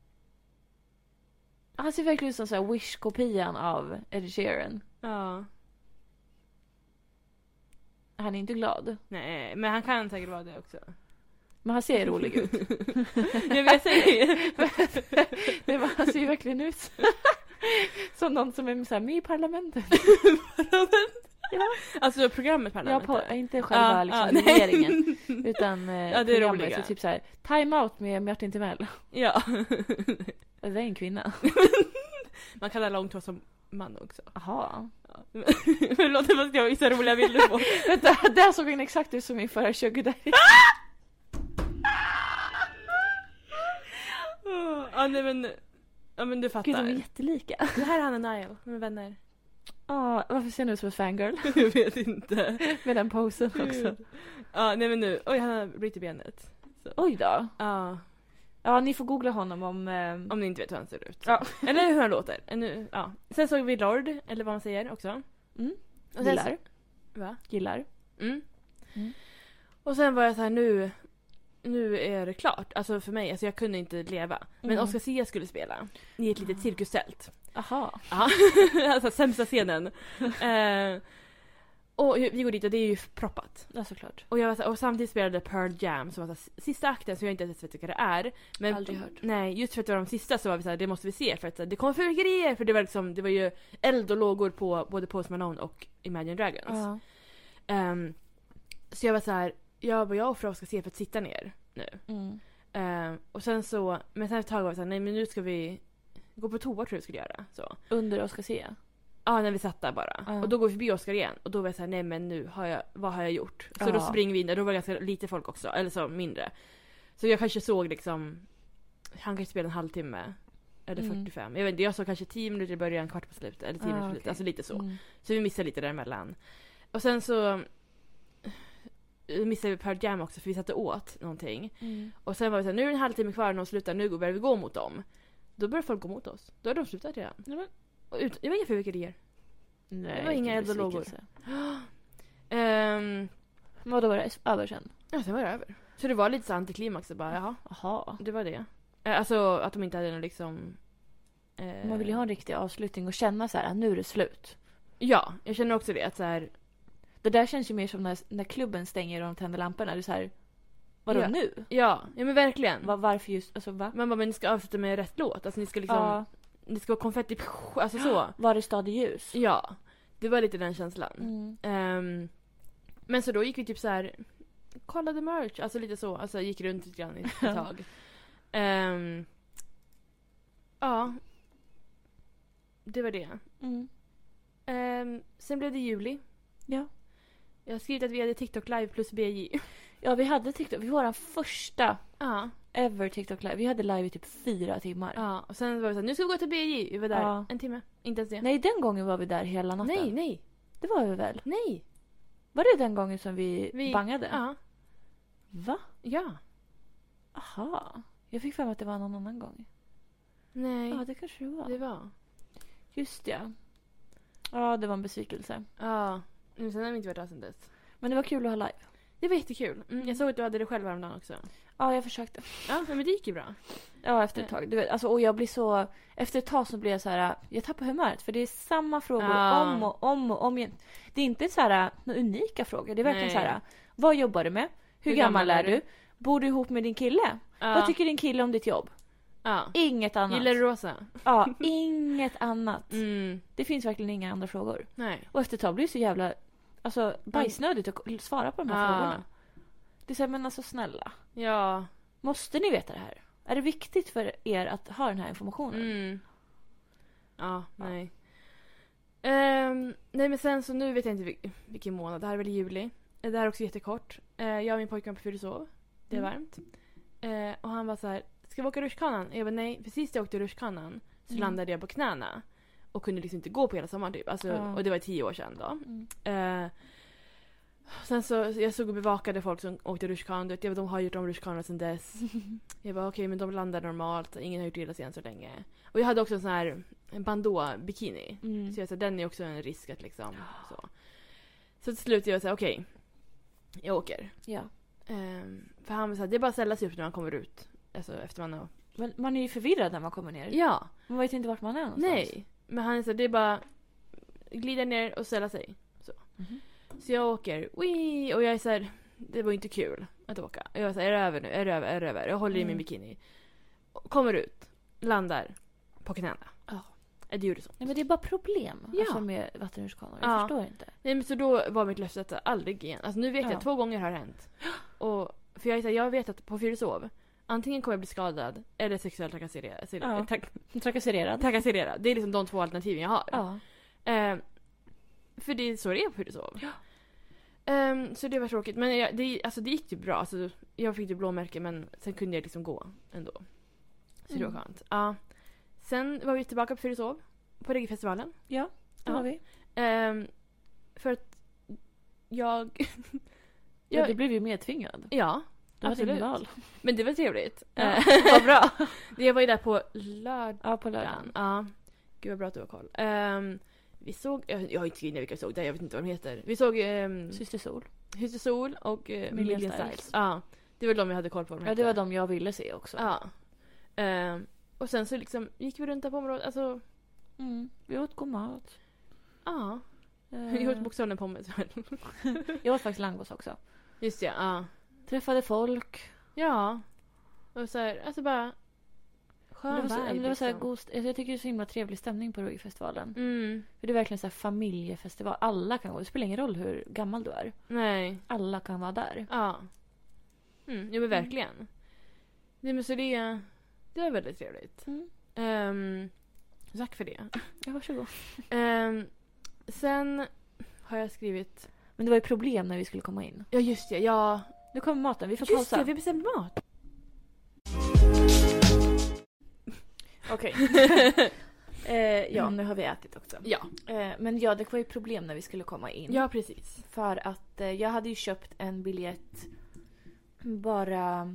Han ser verkligen ut som så här Wish-kopian av Ed Sheeran. Ja. Han är inte glad. Nej, men han kan säkert vara det också. Men han ser rolig ut. Jag vet inte. Han ser ju verkligen ut som någon som är så här, med i parlamentet. Ja. Alltså programmet parlamentet. Ja, inte själva regeringen. Utan det är programmet. roliga. Så typ så här, Time Out med Martin Timell. Ja. Det är en kvinna. Man kan ha långt hår som man också. Jaha. Ja. Men låt mig ska visa roliga bilder på. Vänta, där såg han exakt ut som min förra sugar daddy. Ja, men du fattar. Gud, de är jättelika. Det här är han och Nile, de är vänner. Varför ser han ut som en fangirl? Jag vet inte. Med den posen också. Ja, nej men nu. Oj, han har brutit benet. Så. Oj då. Ja. Ja, ni får googla honom om ni inte vet hur han ser ut. Ja. Eller hur han låter. Nu, ja. Sen såg vi Lord, eller vad man säger också. Och Gillar. Va? Gillar. Och sen var jag så här, nu är det klart. Alltså för mig, alltså jag kunde inte leva. Men Oscar Sia skulle spela i ett litet cirkustält. Aha. Ja. Alltså sämsta scenen. Och vi går dit och det är ju proppat. Ja, såklart. Och jag var så här, och samtidigt spelade Pearl Jam som var så här, sista akten, så jag inte ens vet vilka det är. Men aldrig hört. Nej, just för att det var de sista så var vi så här, det måste vi se för att det kommer fyrverkerier, för det var ju eld och lågor på både Post Malone och Imagine Dragons. Så jag var så här, jag och Frau ska se för att sitta ner nu. Och sen så, men sen ett tag var jag så här, nej men nu ska vi gå på toa, tror jag vi skulle göra. Så. Under Oscar Sia? Ja, när vi satt där bara. Och då går vi förbi Oscar igen. Och då var jag såhär, nej men nu vad har jag gjort? Så då springer vi in där. Då var det ganska lite folk också. Eller så mindre. Så jag kanske såg liksom, han kanske spelade en halvtimme. eller 45. Jag vet inte, jag såg kanske 10 minuter i början, kvart på slutet, eller 10 minuter på slutet, alltså lite så. Så vi missade lite däremellan. Och sen så missade vi Pearl Jam också, för vi satt och åt någonting. Och sen var vi så här, nu är det en halvtimme kvar när de slutar, nu börjar vi gå mot dem. Då börjar folk gå mot oss. Då har de slutat redan. Och jag vet inte vilka det ger. Nej, det var inga eld och lågor. Vad var det över sen? Ja, sen var det över. Så det var lite så antiklimax bara, jaha, det var det. Alltså att de inte hade någon liksom... Man vill ju ha en riktig avslutning och känna så här, nu är det slut. Ja, jag känner också det. Att så här... Det där känns ju mer som när klubben stänger och de tänder lamporna. Det är så här, vadå nu? Ja, men verkligen. Varför just, alltså va? Men ni ska avsluta med rätt låt. Alltså ni ska liksom, det ska vara konfetti, alltså så. Var det stadig ljus? Ja, det var lite den känslan. Men så då gick vi typ så här, kollade merch, alltså lite så. Alltså gick runt lite grann ett tag. Ja, det var det. Sen blev det juli. Ja. Jag har skrivit att vi hade TikTok live plus BJ. Ja, vi hade TikTok. Vi var den första ever TikTok live. Vi hade live i typ 4 timmar. Ja, och sen var vi så här, nu ska vi gå till BJ. Vi var där en timme. Inte ens det. Nej, den gången var vi där hela natten. Nej. Det var vi väl? Nej. Var det den gången som vi bangade? Ja. Va? Ja. Aha. Jag fick för mig att det var någon annan gång. Nej. Ja, det kanske det var. Det var. Just ja. Ja, det var en besvikelse. Ja. Sen har vi inte varit där sen dess. Men det var kul att ha live. Det var jättekul. Jag såg att du hade det själv häromdagen också. Ja, jag försökte. Ja, men det gick ju bra. Ja, efter ett tag. Du vet, alltså, och jag blir så... Efter ett tag så blir jag så här... Jag tappar humöret. För det är samma frågor om och om igen. Det är inte så här några unika frågor. Det är verkligen så här... Vad jobbar du med? Hur gammal är du? Bor du ihop med din kille? Vad tycker din kille om ditt jobb? Inget annat. Gillar du rosa? Ja, inget annat. Det finns verkligen inga andra frågor. Nej. Och efter ett tag blir det så jävla... Alltså, bajsnödigt att svara på de här frågorna. Det är så här, men alltså snälla. Ja. Måste ni veta det här? Är det viktigt för er att ha den här informationen? Ja, nej. Nej, men sen så nu vet jag inte vilken månad. Det här är väl juli. Det här är också jättekort. Jag och min pojkvän på Fyrisov. Det är varmt. Och han var så här, ska vi åka rutschkanan? Jag bara nej, precis när jag åkte rutschkanan så landade jag på knäna. Och kunde liksom inte gå på hela sommaren typ. Alltså, och det var 10 år sedan då. Sen så, jag såg och bevakade folk som åkte rutschkan. De har gjort om rutschkanorna sedan dess. Jag bara okej, men de landar normalt. Ingen har gjort illa sen så länge. Och jag hade också en sån här bandå-bikini. Så jag sa, den är också en risk att liksom så till slut jag sa okej, jag åker. Ja. För han var så här, det är bara att ställa sig upp när man kommer ut. Alltså efter man har... Men man är ju förvirrad när man kommer ner. Ja. Man vet inte vart man är någonstans. Nej. Men han sa, det är bara glida ner och ställa sig. Så. Så jag åker. Wee! Och jag är så här, det var inte kul att åka. Jag var så här, är det över nu? Är det över? Jag håller i min bikini. Kommer ut. Landar på knäna. Det gjorde så. Nej, men det är bara problem alltså, med vattenrutschkanor. Jag förstår inte. Nej, men så då var mitt löfte att aldrig igen. Alltså nu vet jag, 2 gånger har det hänt. Och för jag vet att på Fyrisov antingen kommer jag bli skadad eller sexuellt trakasserad. Trakasserad. Det är liksom de 2 alternativen jag har. För det är så det är på Fyrisov. Så det var tråkigt. Men det gick ju bra. Alltså, jag fick ju blåmärke, men sen kunde jag liksom gå ändå. Så det var skönt. Sen var vi tillbaka på Fyrisov. På Reggaefestivalen. Ja, det var vi. För att jag... du blev ju medtvingad. Ja, absolut. Men det var trevligt. Vad bra. Jag var ju där på lördagen. Ja, på lördagen. Ja. Gud vad bra att du har koll. Vi såg... Jag har inte skrivit vilka vi såg där. Jag vet inte vad de heter. Vi såg... Syster Sol och Million Styles. Ja, det var de jag hade koll på. Ja, det var de jag ville se också. Ja. Och sen så liksom gick vi runt där på området. Alltså... Vi åt god mat. Ja. Jag åt bokstavligen pommes. Jag åt faktiskt langos också. Just det, ja. Träffade folk. Ja. Och så här, alltså bara... Skön vibe. Det var så här god... Jag tycker det är så himla trevlig stämning på Reggaefestivalen. För det är verkligen så här familjefestival. Alla kan gå. Det spelar ingen roll hur gammal du är. Nej. Alla kan vara där. Ja. Ja, men verkligen. Nej, men så det var väldigt trevligt. Tack för det. Ja, varsågod. Sen har jag skrivit... Men det var ju problem när vi skulle komma in. Ja, just det. Ja. Nu kommer maten. Vi får just pausa. Det, vi bestämde mat. Okej. Ja, nu har vi ätit också. Ja. Men ja, det var ju problem när vi skulle komma in. Ja, precis. För att jag hade ju köpt en biljett bara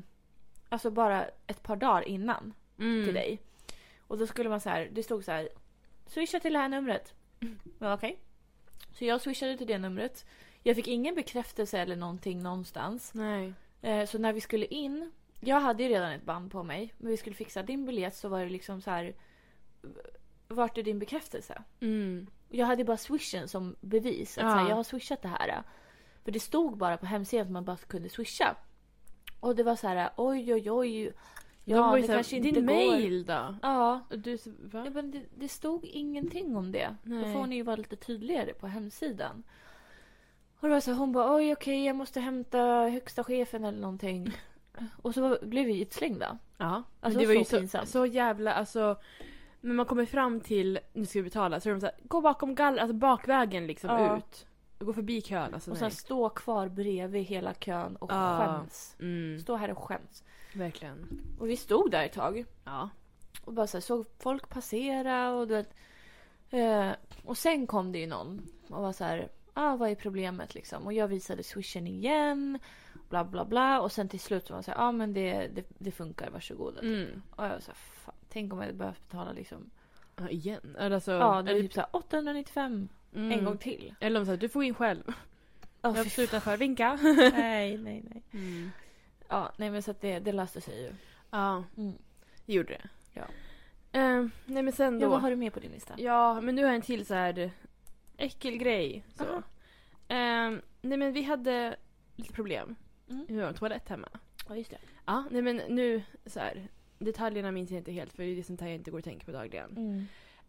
ett par dagar innan till dig. Och då skulle man så här, det stod så här, swisha till det här numret. Ja, okej. Så jag swishade till det numret. Jag fick ingen bekräftelse eller någonting någonstans. Nej. Så när vi skulle in, jag hade ju redan ett band på mig, men vi skulle fixa din biljett, så var det liksom så här, vart är din bekräftelse? Jag hade bara swishen som bevis att så här, jag har swishat det här. För det stod bara på hemsidan att man bara kunde swisha. Och det var så här, oj. Ja, det kanske inte din går. mail då? Ja. Du, va? Ja, men det stod ingenting om det. Nej. Då får ni ju vara lite tydligare på hemsidan. Och det var så här, hon bara, okej, jag måste hämta högsta chefen eller någonting. Och så blev vi utslängda. Ja. Alltså, det var ju pinsamt. så jävla, alltså, när man kommer fram till, nu ska vi betala, så är de så här, gå bakom alltså bakvägen liksom ut. Gå förbi kön. Alltså, och sen stå kvar bredvid hela kön och skäms. Stå här och skäms. Verkligen. Och vi stod där ett tag. Ja. Och bara så här, såg folk passera och du vet. Och sen kom det ju någon och var så här, vad är problemet liksom? Och jag visade swishen igen, bla bla bla. Och sen till slut så var man så här, men det funkar, varsågod. Och jag var så här, fan, tänk om jag hade behövt betala liksom. Ja, igen? Alltså, ja, det är typ så här 895 en gång till. Eller om så här, du får in själv. Jag får utanför, vinka. nej. Ja, nej men så att det löste sig ju. Ja, det gjorde det. Ja. Nej men sen då. Ja, vad har du med på din lista? Ja, men nu har jag en till så här äckelgrej. Så. Nej men vi hade lite problem. Vi har en toalett hemma. Ja, just det. Ja, nej men nu så här, detaljerna minns jag inte helt, för det är sånt här jag inte går att tänka på dagligen.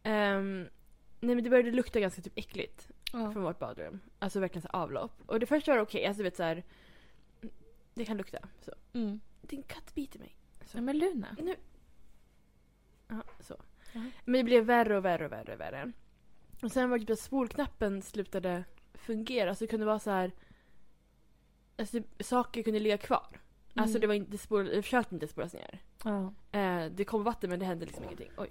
Nej men det började lukta ganska typ äckligt från vårt badrum. Alltså verkligen så avlopp. Och det första var okej. Alltså vet så här, det kan lukta så. Din katt biter mig. Så. Ja, men Luna. Nu. Ja, så. Men det blev värre och värre. Och sen var det typ att spolknappen slutade fungera. Alltså det kunde vara så här, alltså saker kunde ligga kvar. Alltså det var inte det försökte inte spolas ner. Det kom vatten men det hände liksom ingenting. Oj.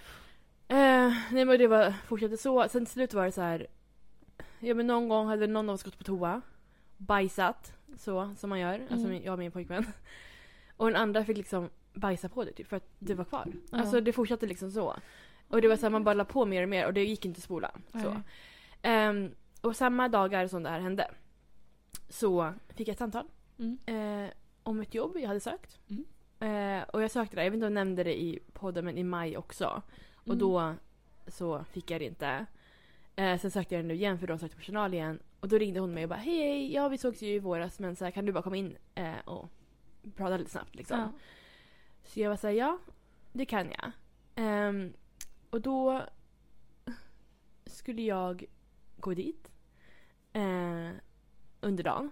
Nej men det var fortsatte så. Sen till slut var det så här, ja men någon gång hade någon av oss gått på toa, bajsat så som man gör, alltså jag och min pojkvän. Och den andra fick liksom bajsa på det typ för att det var kvar. Alltså det fortsatte liksom så. Och det var så här, man bara la på mer och mer och det gick inte att spola. Så. Och samma dagar som det här hände så fick jag ett samtal om ett jobb jag hade sökt. Och jag sökte det, jag vet inte om jag nämnde det i podden, men i maj också. Och då så fick jag det inte. Sen sökte jag det nu igen för de sökte personal igen. Och då ringde hon mig och bara, hej, ja vi sågs ju i våras, men så här, kan du bara komma in och prata lite snabbt liksom. Så jag var så här, ja, det kan jag. Och då skulle jag gå dit under dagen.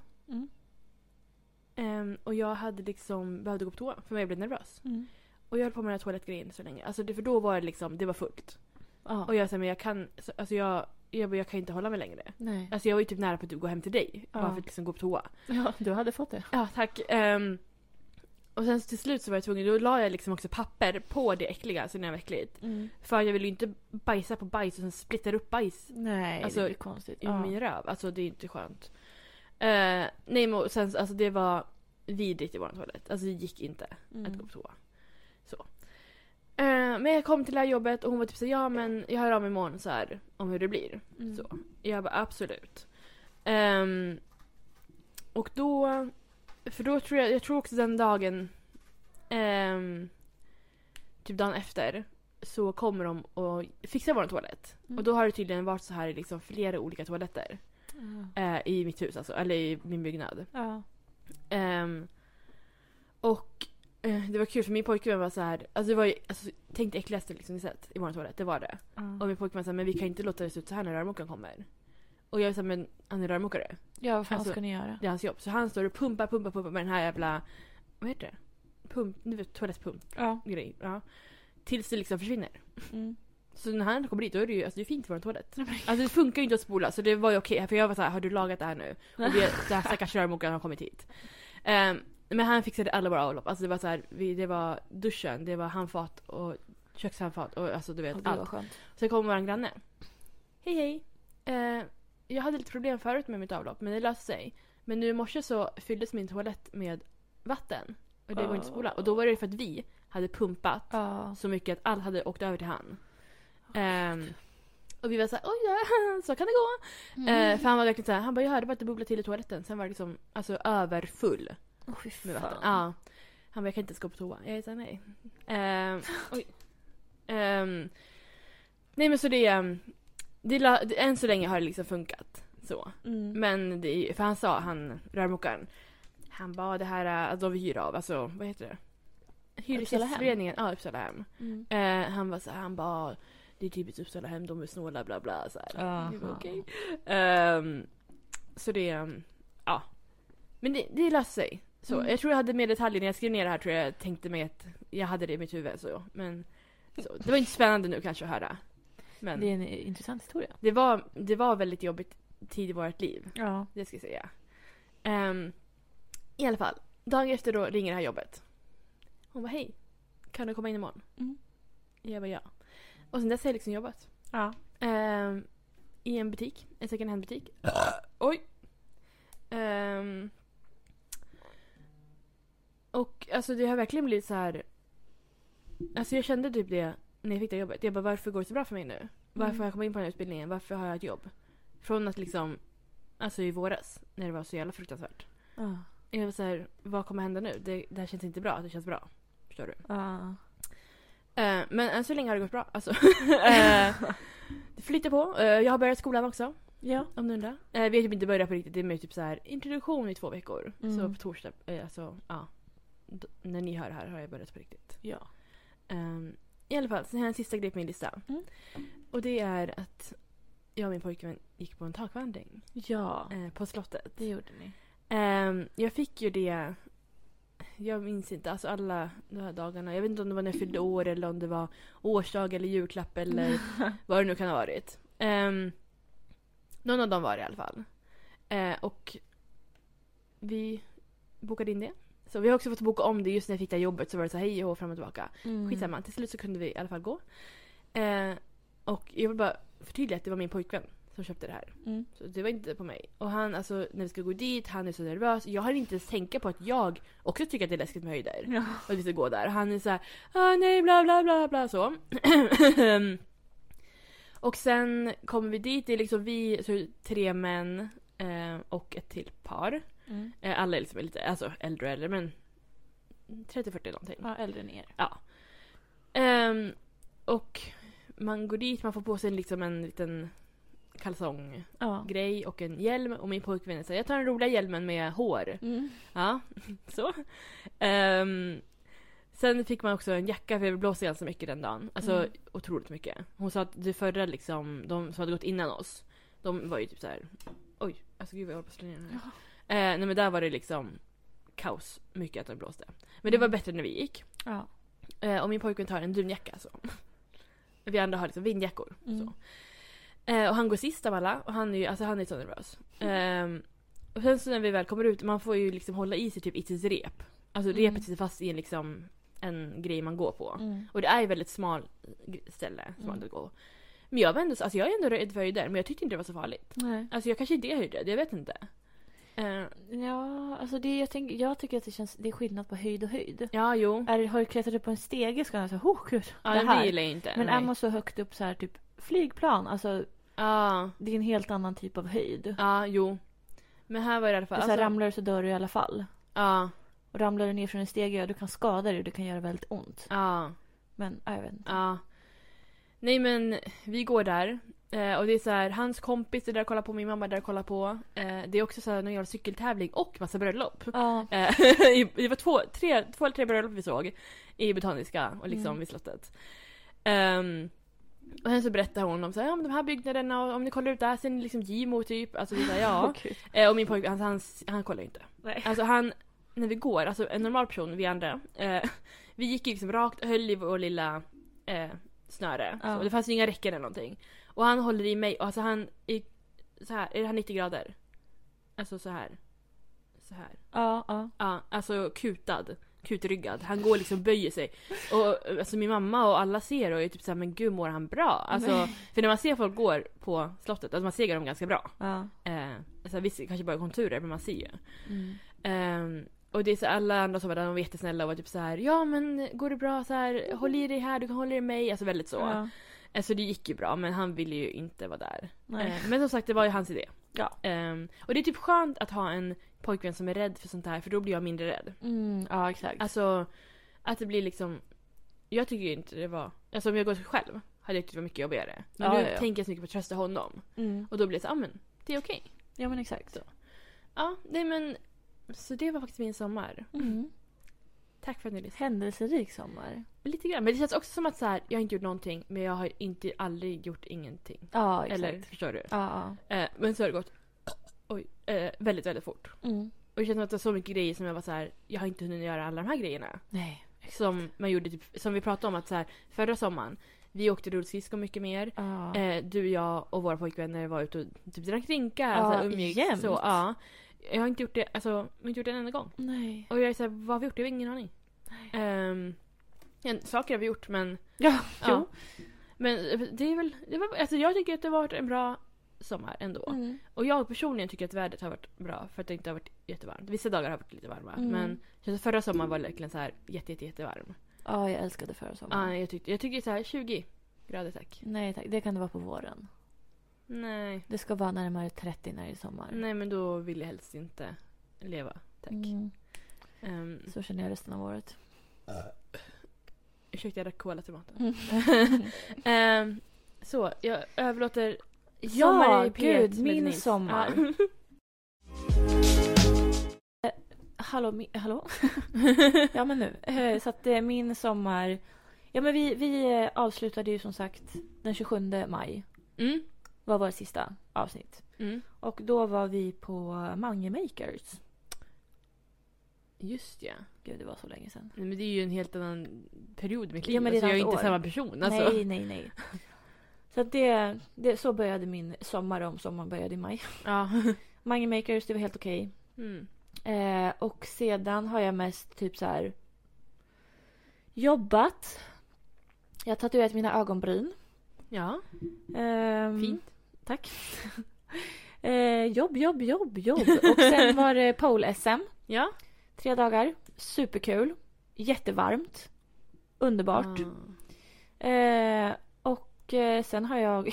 Och jag hade liksom behövde gå på toa för jag blev nervös. Och jag höll på med den här toalettgrejen så länge. Alltså för då var det liksom, det var fullt. Och jag sa, men jag kan, alltså jag kan inte hålla mig längre. Nej. Alltså jag var ju typ nära på att gå hem till dig. Bara för att liksom gå på toa. Ja, du hade fått det. Ja, tack. Och sen till slut så var jag tvungen, då la jag liksom också papper på det äckliga, så det var äckligt. För jag ville ju inte bajsa på bajs och sen splittar upp bajs. Nej, alltså, det blir konstigt. I min röv. Alltså det är inte skönt. Nej men sen, alltså det var vidrigt i vår toalett. Alltså det gick inte att gå på toa. Så. Men jag kom till det här jobbet och hon var typ så, ja men jag hör av mig imorgon så här om hur det blir. Så. Jag bara absolut. Och då, för då tror jag tror också den dagen typ dagen efter så kommer de och fixar vår toalett. Och då har det tydligen varit så här liksom flera olika toaletter. I mitt hus alltså, eller i min byggnad. Och det var kul för min pojkvän var så här, alltså det var ju, alltså, tänk det äckligaste liksom ni sett i vår toalett, det var det. Och min pojkvän sa, men vi kan inte låta det se ut så här när rörmokaren kommer. Och jag sa, men han är rörmokare. Ja, vad fan alltså, ska ni göra? Det är hans jobb. Så han står och pumpar med den här jävla, vad heter det? Du vet, toalettpump. Grej. Ja. Tills det liksom försvinner. Så när han kommer dit, då är det ju, alltså det är fint för en toalett. Alltså det funkar ju inte att spola, så det var ju okej. För jag var så här, har du lagat det här nu? Och det här stackars rörmokaren har kommit hit. Men han fixade alla våra avlopp. Alltså det var så här, det var duschen, det var handfat och kökshandfat och alltså du vet allt. Skönt. Sen kom vår granne. Hej. Jag hade lite problem förut med mitt avlopp, men det löste sig. Men nu i morse så fylldes min toalett med vatten. Och det går inte att spola. Och då var det för att vi hade pumpat så mycket att allt hade åkt över till han. Och vi var såhär, oj ja, så kan det gå. För han var verkligen såhär, han bara, jag hörde bara att det bubblade till i toaletten. Sen var det liksom, alltså överfull med vatten. Ja. Han bara, jag kan inte ens gå på toa. Jag sa nej. Oj. Nej men så det än så länge har det liksom funkat så. Men det, för han sa, han rörmokaren, han bara det här alltså vi hyr av, alltså vad heter det? Hyresgästföreningen, ja Uppsalahem. Han var så här, han bara det är typiskt Uppsalahem, de är snåla bla bla så här. Det var okej. Så det ja. Men det löste sig. Så jag tror jag hade mer detaljer när jag skrev ner det här, tror jag tänkte mig att jag hade det i mitt huvud så. Men så, det var inte spännande nu kanske att höra. Men det är en intressant historia. Det var väldigt jobbigt tid i vårt liv. Ja. Det ska jag säga. I alla fall, dagen efter då ringer det här jobbet. Hon bara, hej, kan du komma in imorgon? Jag bara, ja. Och sen dess har jag liksom jobbat. Ja. I en butik, en second hand butik. Oj. Och alltså det har verkligen blivit så här. Alltså jag kände typ det när jag fick det jobbet. Jag bara, varför går det så bra för mig nu? Varför har jag kommit in på den här utbildningen? Varför har jag ett jobb? Från att liksom, alltså i våras, när det var så jävla fruktansvärt. Jag var så här, vad kommer hända nu? Det här känns inte bra, det känns bra. Förstår du? Men än så länge har det gått bra. Alltså. Det flyttar på. Jag har börjat skolan också. Ja. Om du undrar. Vi har typ inte börjat på riktigt. Det är mer typ så här introduktion i 2 veckor. Så på torsdag, alltså, ja. När ni hör det här har jag börjat på riktigt. Ja. I alla fall, så har jag en sista grej på min lista. Och det är att jag och min pojkvän gick på en takvandring. Ja. På slottet. Det gjorde ni. Jag fick ju det. Jag minns inte, alltså alla de här dagarna. Jag vet inte om det var när jag fyllde år eller om det var årsdag eller julklapp eller vad det nu kan ha varit. Någon av dem var det i alla fall. Och vi bokade in det. Så vi har också fått boka om det just när jag fick det här jobbet, så var det så här, hej och fram och tillbaka. Skitsamma, till slut så kunde vi i alla fall gå. Och jag vill bara förtydliga att det var min pojkvän som köpte det här. Så det var inte på mig. Och han, alltså när vi ska gå dit, han är så nervös. Jag har inte ens tänkt på att jag också tycker att det är läskigt med höjder. Ja. Och att vi ska gå där. Och han är så här, nej bla bla bla bla så. Och sen kommer vi dit, det är liksom vi, så 3 män och ett till par. Alla är liksom lite, alltså äldre men 30-40 någonting. Ja, äldre än er. Ja. Och man går dit, man får på sig liksom en liten kalsonggrej och en hjälm. Och min pojkvän säger, jag tar den roliga hjälmen med hår. Ja, så. Sen fick man också en jacka, för det blåste ganska mycket den dagen. Alltså otroligt mycket. Hon sa att det förra liksom, de som hade gått innan oss, de var ju typ så här. Oj, alltså gud vad jag håller på att slå ner den här. Nej men där var det liksom kaos, mycket att det blåste. Men det var bättre när vi gick. Ja. Och min pojkvän tar en dunjacka så. Vi andra har liksom vindjackor så. Och han går sist av alla. Och han är ju, alltså han är så nervös. Och sen så när vi väl kommer ut, man får ju liksom hålla i sig typ i sitt rep. Alltså repet sitter fast i en grej man går på. Och det är ju väldigt smal ställe som man går. Men jag var ändå, alltså jag är ändå rädd för höjder, men jag tyckte inte det var så farligt. Nej. Alltså jag kanske inte är höjdrädd, jag vet inte. Ja, alltså jag tycker att det är skillnad på höjd och höjd. Ja, jo. Har du klättrat upp på en stege ska jag säga, gud, ja, det här gillar jag inte. Men är man så högt upp så här typ flygplan, alltså det är en helt annan typ av höjd. Ja, jo. Men här var det i alla fall. Så här, ramlar du så dör du i alla fall. Ja. Och ramlar du ner från en stege, du kan skada dig och det kan göra väldigt ont. Ja. Men jag vet inte. Ja. Nej men vi går där. Och det är så här, hans kompis är där och kollar på, min mamma är där och kollar på. Det är också så här någon jävla cykeltävling och massa bröllop. Ja. Det var två eller tre bröllop vi såg i Botaniska och liksom vid slottet. Och sen så berättar hon om så här, ja, men de här byggnaderna, och om ni kollar ut där ser ni liksom Gimo typ, alltså det är ja. Och min pojke han kollar inte. Nej. Alltså han, när vi går, alltså en normal person, vi andra, vi gick liksom rakt och höll i vår lilla snöre. Ja. Så det fanns inga räcken eller någonting. Och han håller i mig, och alltså han så här, är det här 90 grader? Alltså så här. Ja. Ja, alltså kutad kutryggad. Han går liksom böjer sig. Och alltså min mamma och alla ser och är typ såhär, men gud mår han bra? Alltså, för när man ser folk går på slottet, alltså man ser dem ganska bra. Ja. Alltså visst kanske bara konturer, men man ser ju. Och det är så alla andra som var där, de var jättesnälla och var typ så här: ja men går det bra så här, håll i dig här, du kan hålla i mig, alltså väldigt så. Ja. Alltså det gick ju bra, men han ville ju inte vara där. Men som sagt, det var ju hans idé. Ja. Och det är typ skönt att ha en pojkvän som är rädd för sånt här, för då blir jag mindre rädd. Ja, exakt. Alltså att det blir liksom, jag tycker ju inte det var, alltså om jag går själv hade jag tyckt det var mycket jobbigare. Men nu tänker jag så mycket på att trösta honom. Och då blir det så, men det är okej. Ja, men exakt. Så. Ja, nej men så det var faktiskt min sommar. Tack för att ni lyssnade. Händelserik sommar. Lite grann. Men det känns också som att så här, jag har inte gjort någonting, men jag har aldrig gjort ingenting. Ja, exakt. Eller, förstår du? Ja. Men så har det gått väldigt, väldigt fort. Och det känns som att det är så mycket grejer som jag var så här, jag har inte hunnit göra alla de här grejerna. Nej. Som man gjorde typ, som vi pratade om att så här, förra sommaren, vi åkte rullskridskor mycket mer. Du, jag och våra pojkvänner var ute och typ drack drinkar. Alltså umgicks. Så, jag har inte gjort det, alltså, jag har inte gjort det en enda gång. Nej. Och jag är såhär, vad har vi gjort? Jag har ingen aning. Saker har vi gjort, men... Ja. Men det är väl... alltså jag tycker att det har varit en bra sommar ändå. Och jag personligen tycker att vädret har varit bra, för att det inte har varit jättevarmt. Vissa dagar har varit lite varma. Men förra sommaren var det verkligen så här jättevarm. Ja, jag älskade förra sommaren. Ja, jag tycker så här 20 grader, tack. Nej, tack. Det kan det vara på våren. Nej. Det ska vara närmare 30 när det är sommar. Nej, men då vill jag helst inte leva. Tack. Så känner jag resten av året. Ursäkta, jag drack cola till maten. Så, jag överlåter sommar i P1 min sommar. Hallå? Ja, men nu. Så att min sommar... Ja, men vi avslutade ju som sagt den 27 maj. Var vårt sista avsnitt. Och då var vi på Mange Makers. Just ja. Gud, det var så länge sedan. Nej, men det är ju en helt annan period i mitt liv. Ja, men det är alltså, jag är inte år. samma person. Alltså. Nej. Så att det så började min sommar, om sommaren började i maj. Ja. Mange Makers, det var helt okej. Och sedan har jag mest typ så här jobbat. Jag har tatuerat mina ögonbryn. Ja. Fint. Tack. Jobb. Och sen var det pole-SM. Ja. 3 dagar. Superkul. Jättevarmt. Underbart. Och sen har jag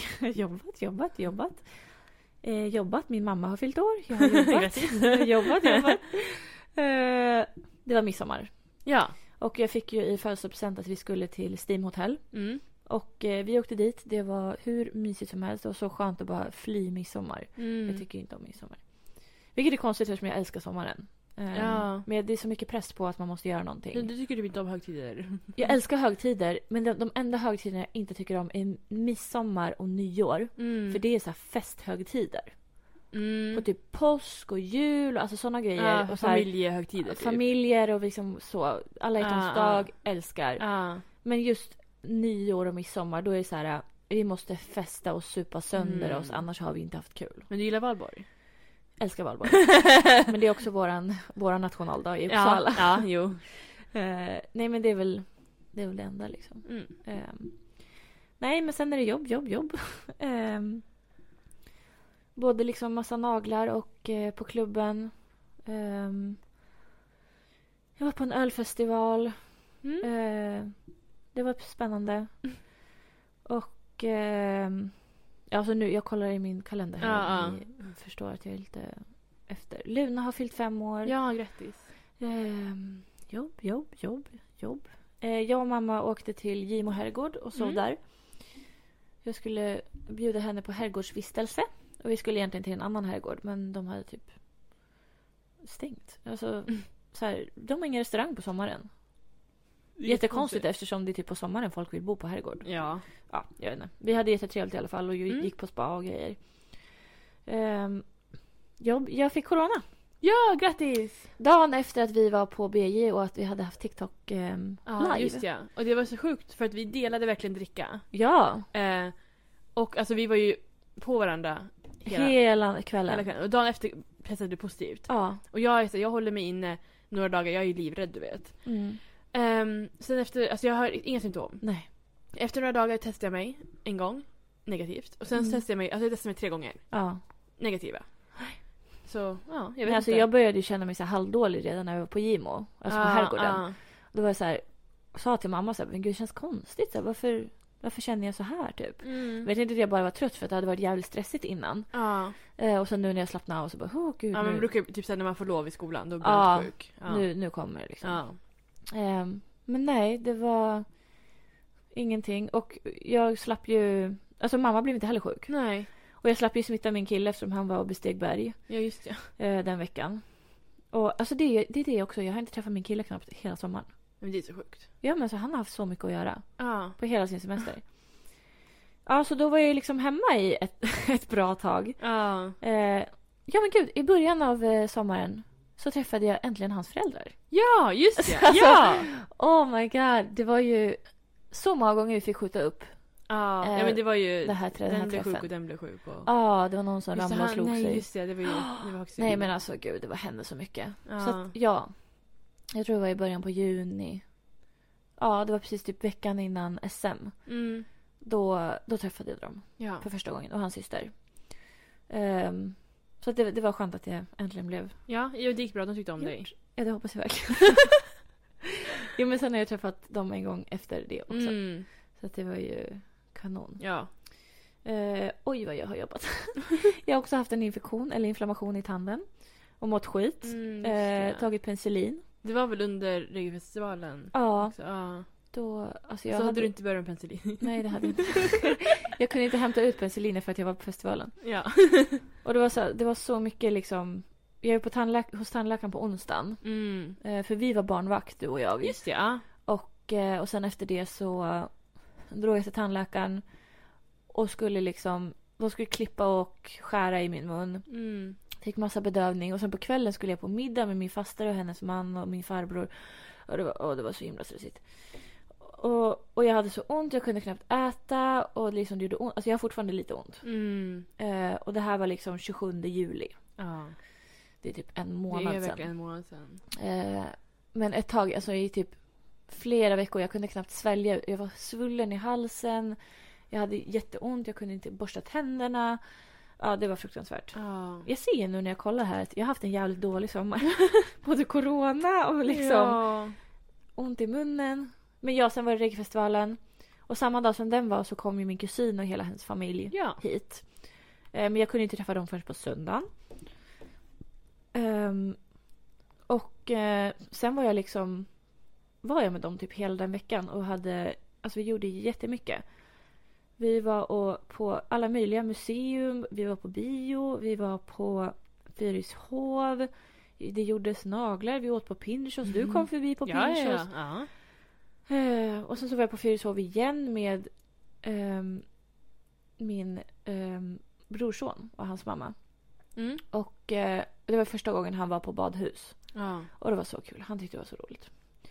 jobbat. Min mamma har fyllt år. Jag har jobbat. Det var midsommar. Ja. Och jag fick ju i födelsedagspresent att vi skulle till Steam Hotel. Och vi åkte dit. Det var hur mysigt som helst. Det var så skönt att bara fly midsommar. Jag tycker inte om midsommar. Vilket är konstigt eftersom jag älskar sommaren. Men det är så mycket press på att man måste göra någonting. Du tycker inte om högtider? Jag älskar högtider. Men de enda högtiderna jag inte tycker om är midsommar och nyår. För det är så här festhögtider. På typ påsk och jul. Alltså sådana grejer. Och familjehögtider. Typ. Familjer och liksom så. Alla hjärtans dag älskar. Men just nyår och midsommar, då är det så här: vi måste festa och supa sönder oss, annars har vi inte haft kul. Men du gillar Valborg? Älskar Valborg. Men det är också våran nationaldag i Uppsala. Ja, jo. Nej, men det är väl det enda liksom. Nej, men sen är det jobb. Både liksom massa naglar och på klubben. Jag var på en ölfestival. Det var spännande. Och alltså nu, jag kollar i min kalender här. Ni förstår att jag är lite efter. Luna har fyllt 5 år. Ja, grattis. Jobb. Jag och mamma åkte till Gimo herrgård och sov där. Jag skulle bjuda henne på herrgårdsvistelse. Och vi skulle egentligen till en annan herrgård, men de hade typ stängt. Alltså, så här, de har ingen restaurang på sommaren. Jättekonstigt eftersom det är typ på sommaren folk vill bo på herrgård. Ja, jag vet inte. Vi hade jättetrevligt i alla fall och gick på spa och grejer. Jag fick corona. Ja, grattis! Dagen efter att vi var på BJ och att vi hade haft TikTok live. Just ja. Och det var så sjukt för att vi delade verkligen dricka. Ja. Och alltså vi var ju på varandra hela kvällen. Och dagen efter testade du positivt. Ja. Och jag håller mig inne några dagar. Jag är ju livrädd, du vet. Sen efter, alltså jag har inga symptom. Nej. Efter några dagar testade jag mig en gång. Negativt. Och sen testade jag mig, alltså jag testade mig 3 gånger. Ja. Negativa. Så, ja, jag vet alltså inte. jag började ju känna mig så här halvdålig redan när jag var på Gimo. Alltså på herrgården. Då var jag så här, sa till mamma så här, men gud, det känns konstigt. Så här, varför känner jag så här typ? Vet inte att jag bara var trött för att det hade varit jävligt stressigt innan. Och sen nu när jag slappnade av så bara, gud. Ja, men brukar typ så här, när man får lov i skolan, då blir man sjuk. Nu kommer det liksom. Men nej, det var ingenting. Och jag slapp ju, alltså mamma blev inte heller sjuk. Nej. Och jag slapp ju smitta min kille eftersom han var och besteg berg. Ja, just det. Den veckan. Och alltså det är det också. Jag har inte träffat min kille knappt hela sommaren. Men det är så sjukt. Ja, men så han har haft så mycket att göra. På hela sin semester. Ja, så då var jag ju liksom hemma i ett bra tag. Ja, men gud. I början av sommaren så träffade jag äntligen hans föräldrar. Ja, just det. Alltså, ja! Oh my god. Det var ju så många gånger vi fick skjuta upp. Ja, men det var ju den blev sjuk och den blev sjuk. Ja, det var någon som ramlade och slog sig. Nej, just det. Det var också nej, men alltså gud, det hände så mycket. Så att, ja. Jag tror det var i början på juni. Ja, det var precis typ veckan innan SM. Då träffade jag dem för första gången. Och hans syster. Så att det var skönt att jag äntligen blev... Ja, det gick bra. De tyckte om dig. Ja, det hoppas jag verkligen. Jo, men sen har jag träffat dem en gång efter det också. Så att det var ju kanon. Ja. Oj, vad jag har jobbat. Jag har också haft en infektion eller inflammation i tanden. Och mått skit. Tagit penicillin. Det var väl under regelfestivalen? Ja. Också. Ja. Då, alltså så hade du inte börjat med penicillin? Nej, det hade jag inte. Jag kunde inte hämta ut penicillin för att jag var på festivalen. Ja. Och det var så mycket liksom... Jag är på hos tandläkaren på onsdagen. För vi var barnvakt, du och jag. Just det, ja. Och sen efter det så drog jag till tandläkaren. Och skulle liksom... De skulle klippa och skära i min mun. Fick massa bedövning. Och sen på kvällen skulle jag på middag med min faster och hennes man och min farbror. Och det var så himla stressigt. Och jag hade så ont. Jag kunde knappt äta. Och liksom det gjorde ont. Alltså jag har fortfarande lite ont. Och det här var liksom 27 juli. Ja. Det är typ en månad sedan. Det är verkligen en månad sedan. Men ett tag, alltså i typ flera veckor. Jag kunde knappt svälja. Jag var svullen i halsen. Jag hade jätteont. Jag kunde inte borsta tänderna. Ja, det var fruktansvärt. Jag ser nu när jag kollar här att jag har haft en jävligt dålig sommar. Både corona och liksom ont i munnen. Men sen var det regelfestivalen. Och samma dag som den var så kom ju min kusin och hela hennes familj hit. Men jag kunde inte träffa dem förrän på söndagen. Sen var jag med dem typ hela den veckan. Och vi gjorde jättemycket. Vi var på alla möjliga museum. Vi var på bio. Vi var på Fyrishov. Det gjordes naglar. Vi åt på Pinchos. Du kom förbi på Pinchos. Ja. Och sen så var jag på Fyrishov igen med min brorson och hans mamma. Och det var första gången han var på badhus. Och det var så kul. Han tyckte det var så roligt.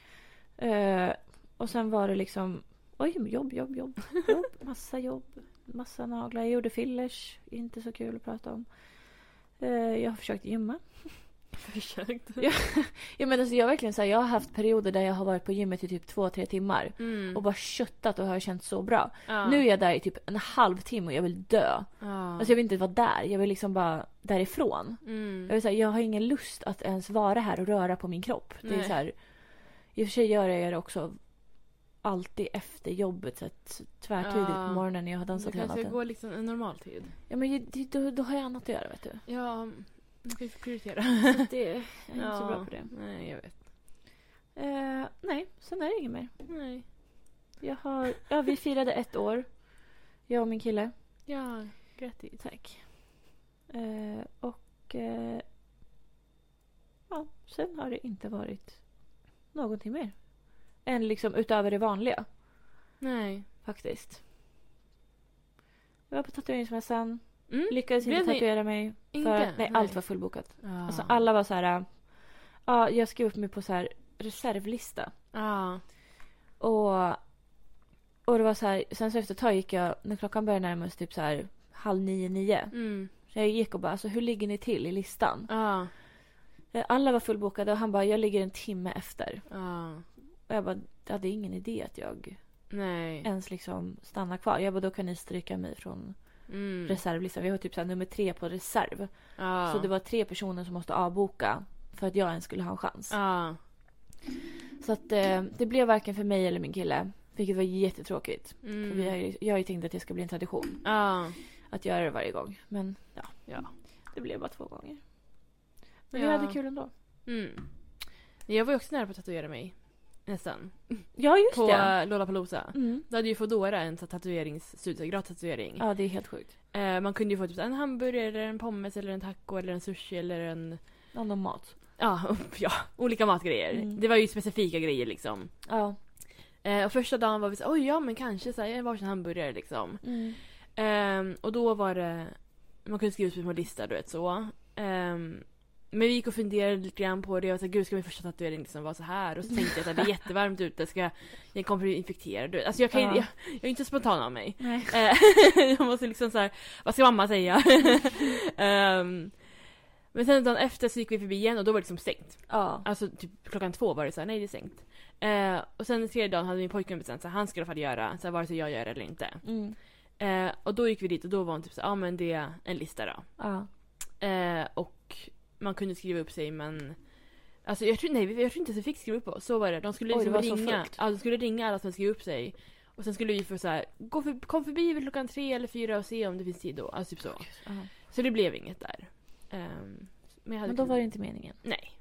Och sen var det liksom... Oj, jobb. Massa jobb. Massa naglar. Jag gjorde fillers. Inte så kul att prata om. Jag har försökt gymma. Ja, men alltså jag verkligen så här, jag har haft perioder där jag har varit på gymmet i typ 2-3 timmar. Och bara köttat och har känt så bra. Nu är jag där i typ en halvtimme och jag vill dö. Alltså jag vill inte vara där. Jag vill liksom bara därifrån. Jag vill säga, jag har ingen lust att ens vara här och röra på min kropp. Det är så här, i och för sig gör jag det också alltid efter jobbet så att tvärtidigt på morgonen när jag har dansat hela natten. Du kanske går liksom en normal tid. Ja, men då har jag annat att göra, vet du. Ja, man kan ju prioritera. Så jag är inte så bra på det. Nej, jag vet. Nej, sen är det inget mer. Nej. Vi firade 1 år. Jag och min kille. Ja, grattis. Tack. Sen har det inte varit någonting mer. Än liksom utöver det vanliga. Nej. Faktiskt. Jag var på tatueringsmässan. Lyckades inte tatuera mig. Allt var fullbokat. Alltså alla var så här... jag skrev upp mig på så här reservlista. Och det var så här... Sen så efter ett tag gick jag... När klockan började närma sig typ så här 8:30, 9. Så jag gick och bara... Alltså hur ligger ni till i listan? Alla var fullbokade och han bara, jag ligger en timme efter. Och jag bara, det hade ingen idé att jag ens liksom stannar kvar. Jag bara, då kan ni stryka mig från reservlistan. Vi har typ så här, nummer 3 på reserv. Så det var 3 personer som måste avboka för att jag ens skulle ha en chans. Så att det blev varken för mig eller min kille. Vilket var jättetråkigt. För jag har ju tänkt att det ska bli en tradition. Att göra det varje gång. Men ja. Det blev bara 2 gånger. Men vi hade kul ändå. Jag var ju också nära på att tatuera mig. Nästan. Ja, just på det. På Lollapalooza. Då hade ju Foodora en tatueringsstudio, gratis tatuering. Ja, det är helt sjukt. Man kunde ju få typ en hamburgare eller en pommes eller en taco eller en sushi eller en... någon mat. Ja, olika matgrejer. Det var ju specifika grejer liksom. Ja. Och första dagen var vi så men kanske så här, en varsin hamburgare liksom. Och då var det, man kunde skriva ut på en lista, du vet så. Men vi gick och funderade lite grann på det och så gud, ska min första tatuering liksom vara så här? Och så tänkte jag att det är jättevarmt ute, jag kommer bli infekterad. Alltså jag är inte spontan av mig. Nej. Jag måste liksom så här, vad ska mamma säga? Men sen dagen efter så gick vi förbi igen och då var det liksom stängt. Alltså typ 2:00 var det så här, nej det är stängt. Och sen 3:e dagen hade min pojkvän bestämt så han ska i alla fall göra så här, vare sig jag gör det eller inte. Och då gick vi dit och då var hon typ så men det är en lista då. Och man kunde skriva upp sig, men alltså jag tror inte att vi fick skriva upp oss. Så var det. De skulle liksom ringa. De skulle ringa alla som skrev upp sig. Och sen skulle vi få så här kom förbi vid 3 eller 4 och se om det finns tid då. Alltså typ så. Så det blev inget där. Men då var det inte meningen. Nej.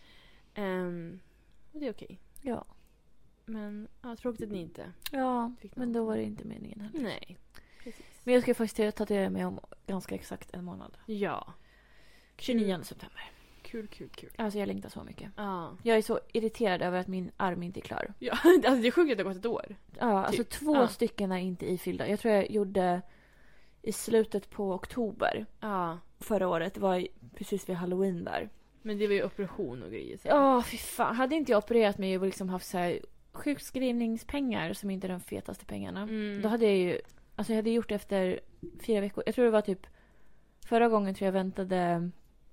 Och det är okej. Ja. Men tråkigt att ni inte. Ja, men då var det inte meningen heller. Nej. Precis. Men jag ska faktiskt tatuera mig om ganska exakt en månad. Ja. 29 september. Kul. Alltså jag längtar så mycket. Jag är så irriterad över att min arm inte är klar. Ja, alltså det är sjukt att det har gått ett år. Ja, alltså 2 stycken är inte ifyllda. Jag tror jag gjorde i slutet på oktober. Förra året. Det var precis vid Halloween där. Men det var ju operation och grejer. Ja, fy fan. Hade inte jag opererat mig och liksom haft så här sjukskrivningspengar som inte är de fetaste pengarna. Då hade jag ju, alltså jag hade gjort det efter 4 veckor. Jag tror det var typ förra gången tror jag väntade,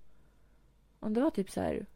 om det var typ så här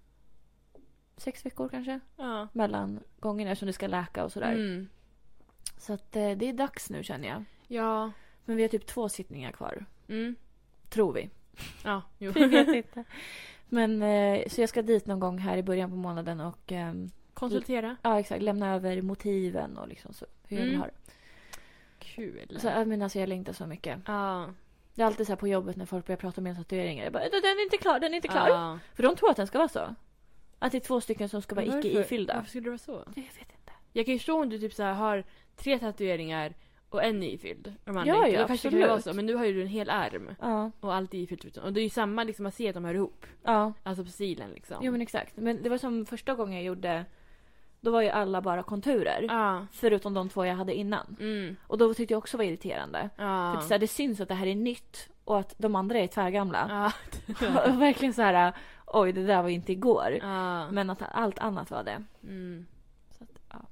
6 veckor kanske. Mellan gångerna som det ska läka och sådär. Så att det är dags nu känner jag. Ja. Men vi har typ 2 sittningar kvar. Tror vi. Ja, jo. Vi vet inte. Men så jag ska dit någon gång här i början på månaden och konsultera. Ja, exakt. Lämna över motiven och liksom så. Hur jag vill ha det. Kul. Så, men alltså jag längtar så mycket. Det är alltid så här på jobbet när folk börjar prata om en tatueringar. Jag bara, den är inte klar. För de tror att den ska vara så. Att det är 2 stycken som ska vara icke-ifyllda. Varför skulle det vara så? Jag vet inte. Jag kan ju förstå om du typ så här har 3 tatueringar och en ifylld. Ja, då kanske det var så. Men nu har ju du en hel arm. Och allt är ifyllt. Och det är ju samma liksom, man ser att de hör ihop. Alltså på stilen liksom. Jo men exakt. Men det var som första gången jag gjorde, då var ju alla bara konturer. Förutom de 2 jag hade innan. Och då tyckte jag också var irriterande. För så här, det syns att det här är nytt och att de andra är tvärgamla. Och verkligen så här, oj det där var inte igår. Men att allt annat var det. Så att,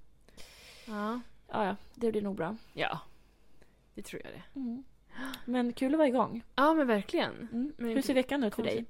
ja, det blir nog bra. Ja, det tror jag det. Men kul att vara igång. Ja, men verkligen. Men hur ser veckan ut för dig?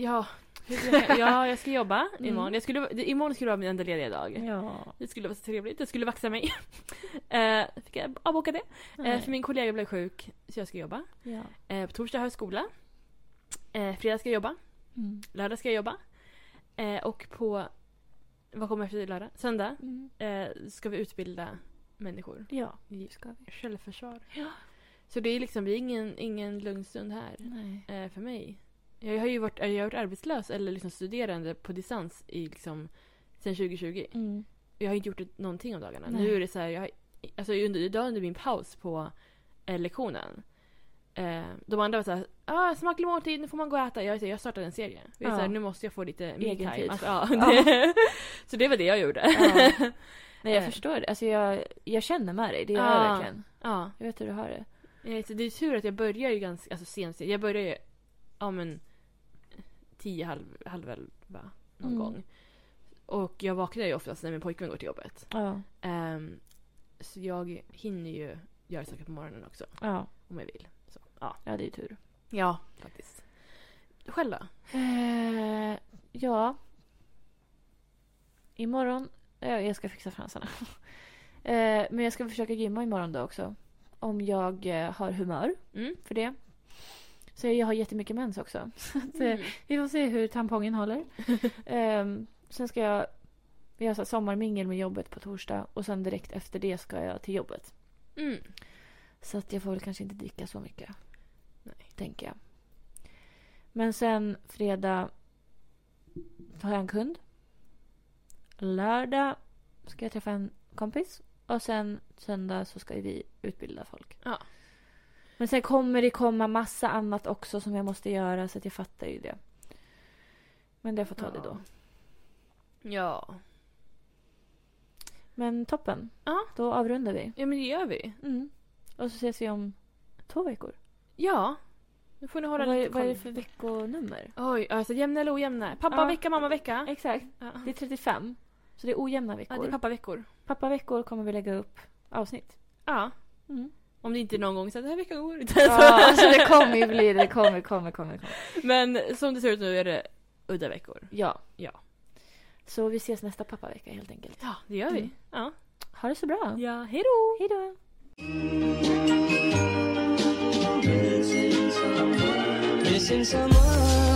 Jag ska jobba imorgon. Imorgon skulle vara min enda lediga dag. Det skulle vara så trevligt. Jag skulle vaxa mig. Fick jag avboka det. För min kollega blev sjuk, så jag ska jobba. På torsdag har jag skola. Fredag ska jag jobba. Lördag ska jag jobba. Och på, vad kommer efter lördag? Söndag ska vi utbilda människor. Ja, ska vi. Självförsvar. Ja. Så det är liksom ingen lugn stund här. Nej. För mig. Jag har ju varit arbetslös eller liksom studerande på distans i liksom sedan 2020. Jag har inte gjort någonting om dagarna. Nej. Nu är det så här, under min paus på lektionen. De andra var så här, smaklig måltid, nu får man gå och äta. Jag startade en serie. Jag så här, nu måste jag få lite egen tid. Alltså, så det var det jag gjorde. Nej, jag förstår det. Alltså jag känner med dig. Det gör jag verkligen. Jag vet hur du har det. Det är tur att jag börjar ju ganska sent. Jag börjar ju 10, halv 11 någon gång. Och jag vaknar ju oftast när min pojkvän går till jobbet. Så jag hinner ju göra saker på morgonen också. Om jag vill. Så, ja, det är ju tur. Ja, faktiskt. Själv då? Ja, imorgon... jag ska fixa fransarna. Men jag ska försöka gymma imorgon då också. Om jag har humör för det. Så jag har jättemycket mens också. Så att, vi får se hur tampongen håller. Sen ska jag ha sommarmingel med jobbet på torsdag. Och sen direkt efter det ska jag till jobbet. Så att jag får väl kanske inte dricka så mycket. Nej. Tänker jag. Men sen fredag har jag en kund. Lördag ska jag träffa en kompis. Och sen söndag så ska vi utbilda folk. Ja. Men sen kommer det komma massa annat också som jag måste göra. Så att jag fattar ju det. Men det får ta det då. Ja. Men toppen. Ja. Då avrundar vi. Ja, men det gör vi. Och så ses vi om 2 veckor. Ja. Nu får ni hålla lite koll. Vad är det för veckonummer? Oj, alltså jämna eller ojämna? Pappa-vecka, mamma-vecka. Exakt. Ja. Det är 35. Så det är ojämna veckor. Ja, det är pappa-veckor. Pappa-veckor kommer vi lägga upp avsnitt. Ja. Om det inte någon gång så att den här veckan går inte. Ja, så det kommer ju bli. Det kommer. Men som det ser ut nu är det udda veckor. Ja. Så vi ses nästa pappavecka helt enkelt. Ja, det gör vi. Ja. Ha det så bra. Ja, hej då. Hej då. Missing someone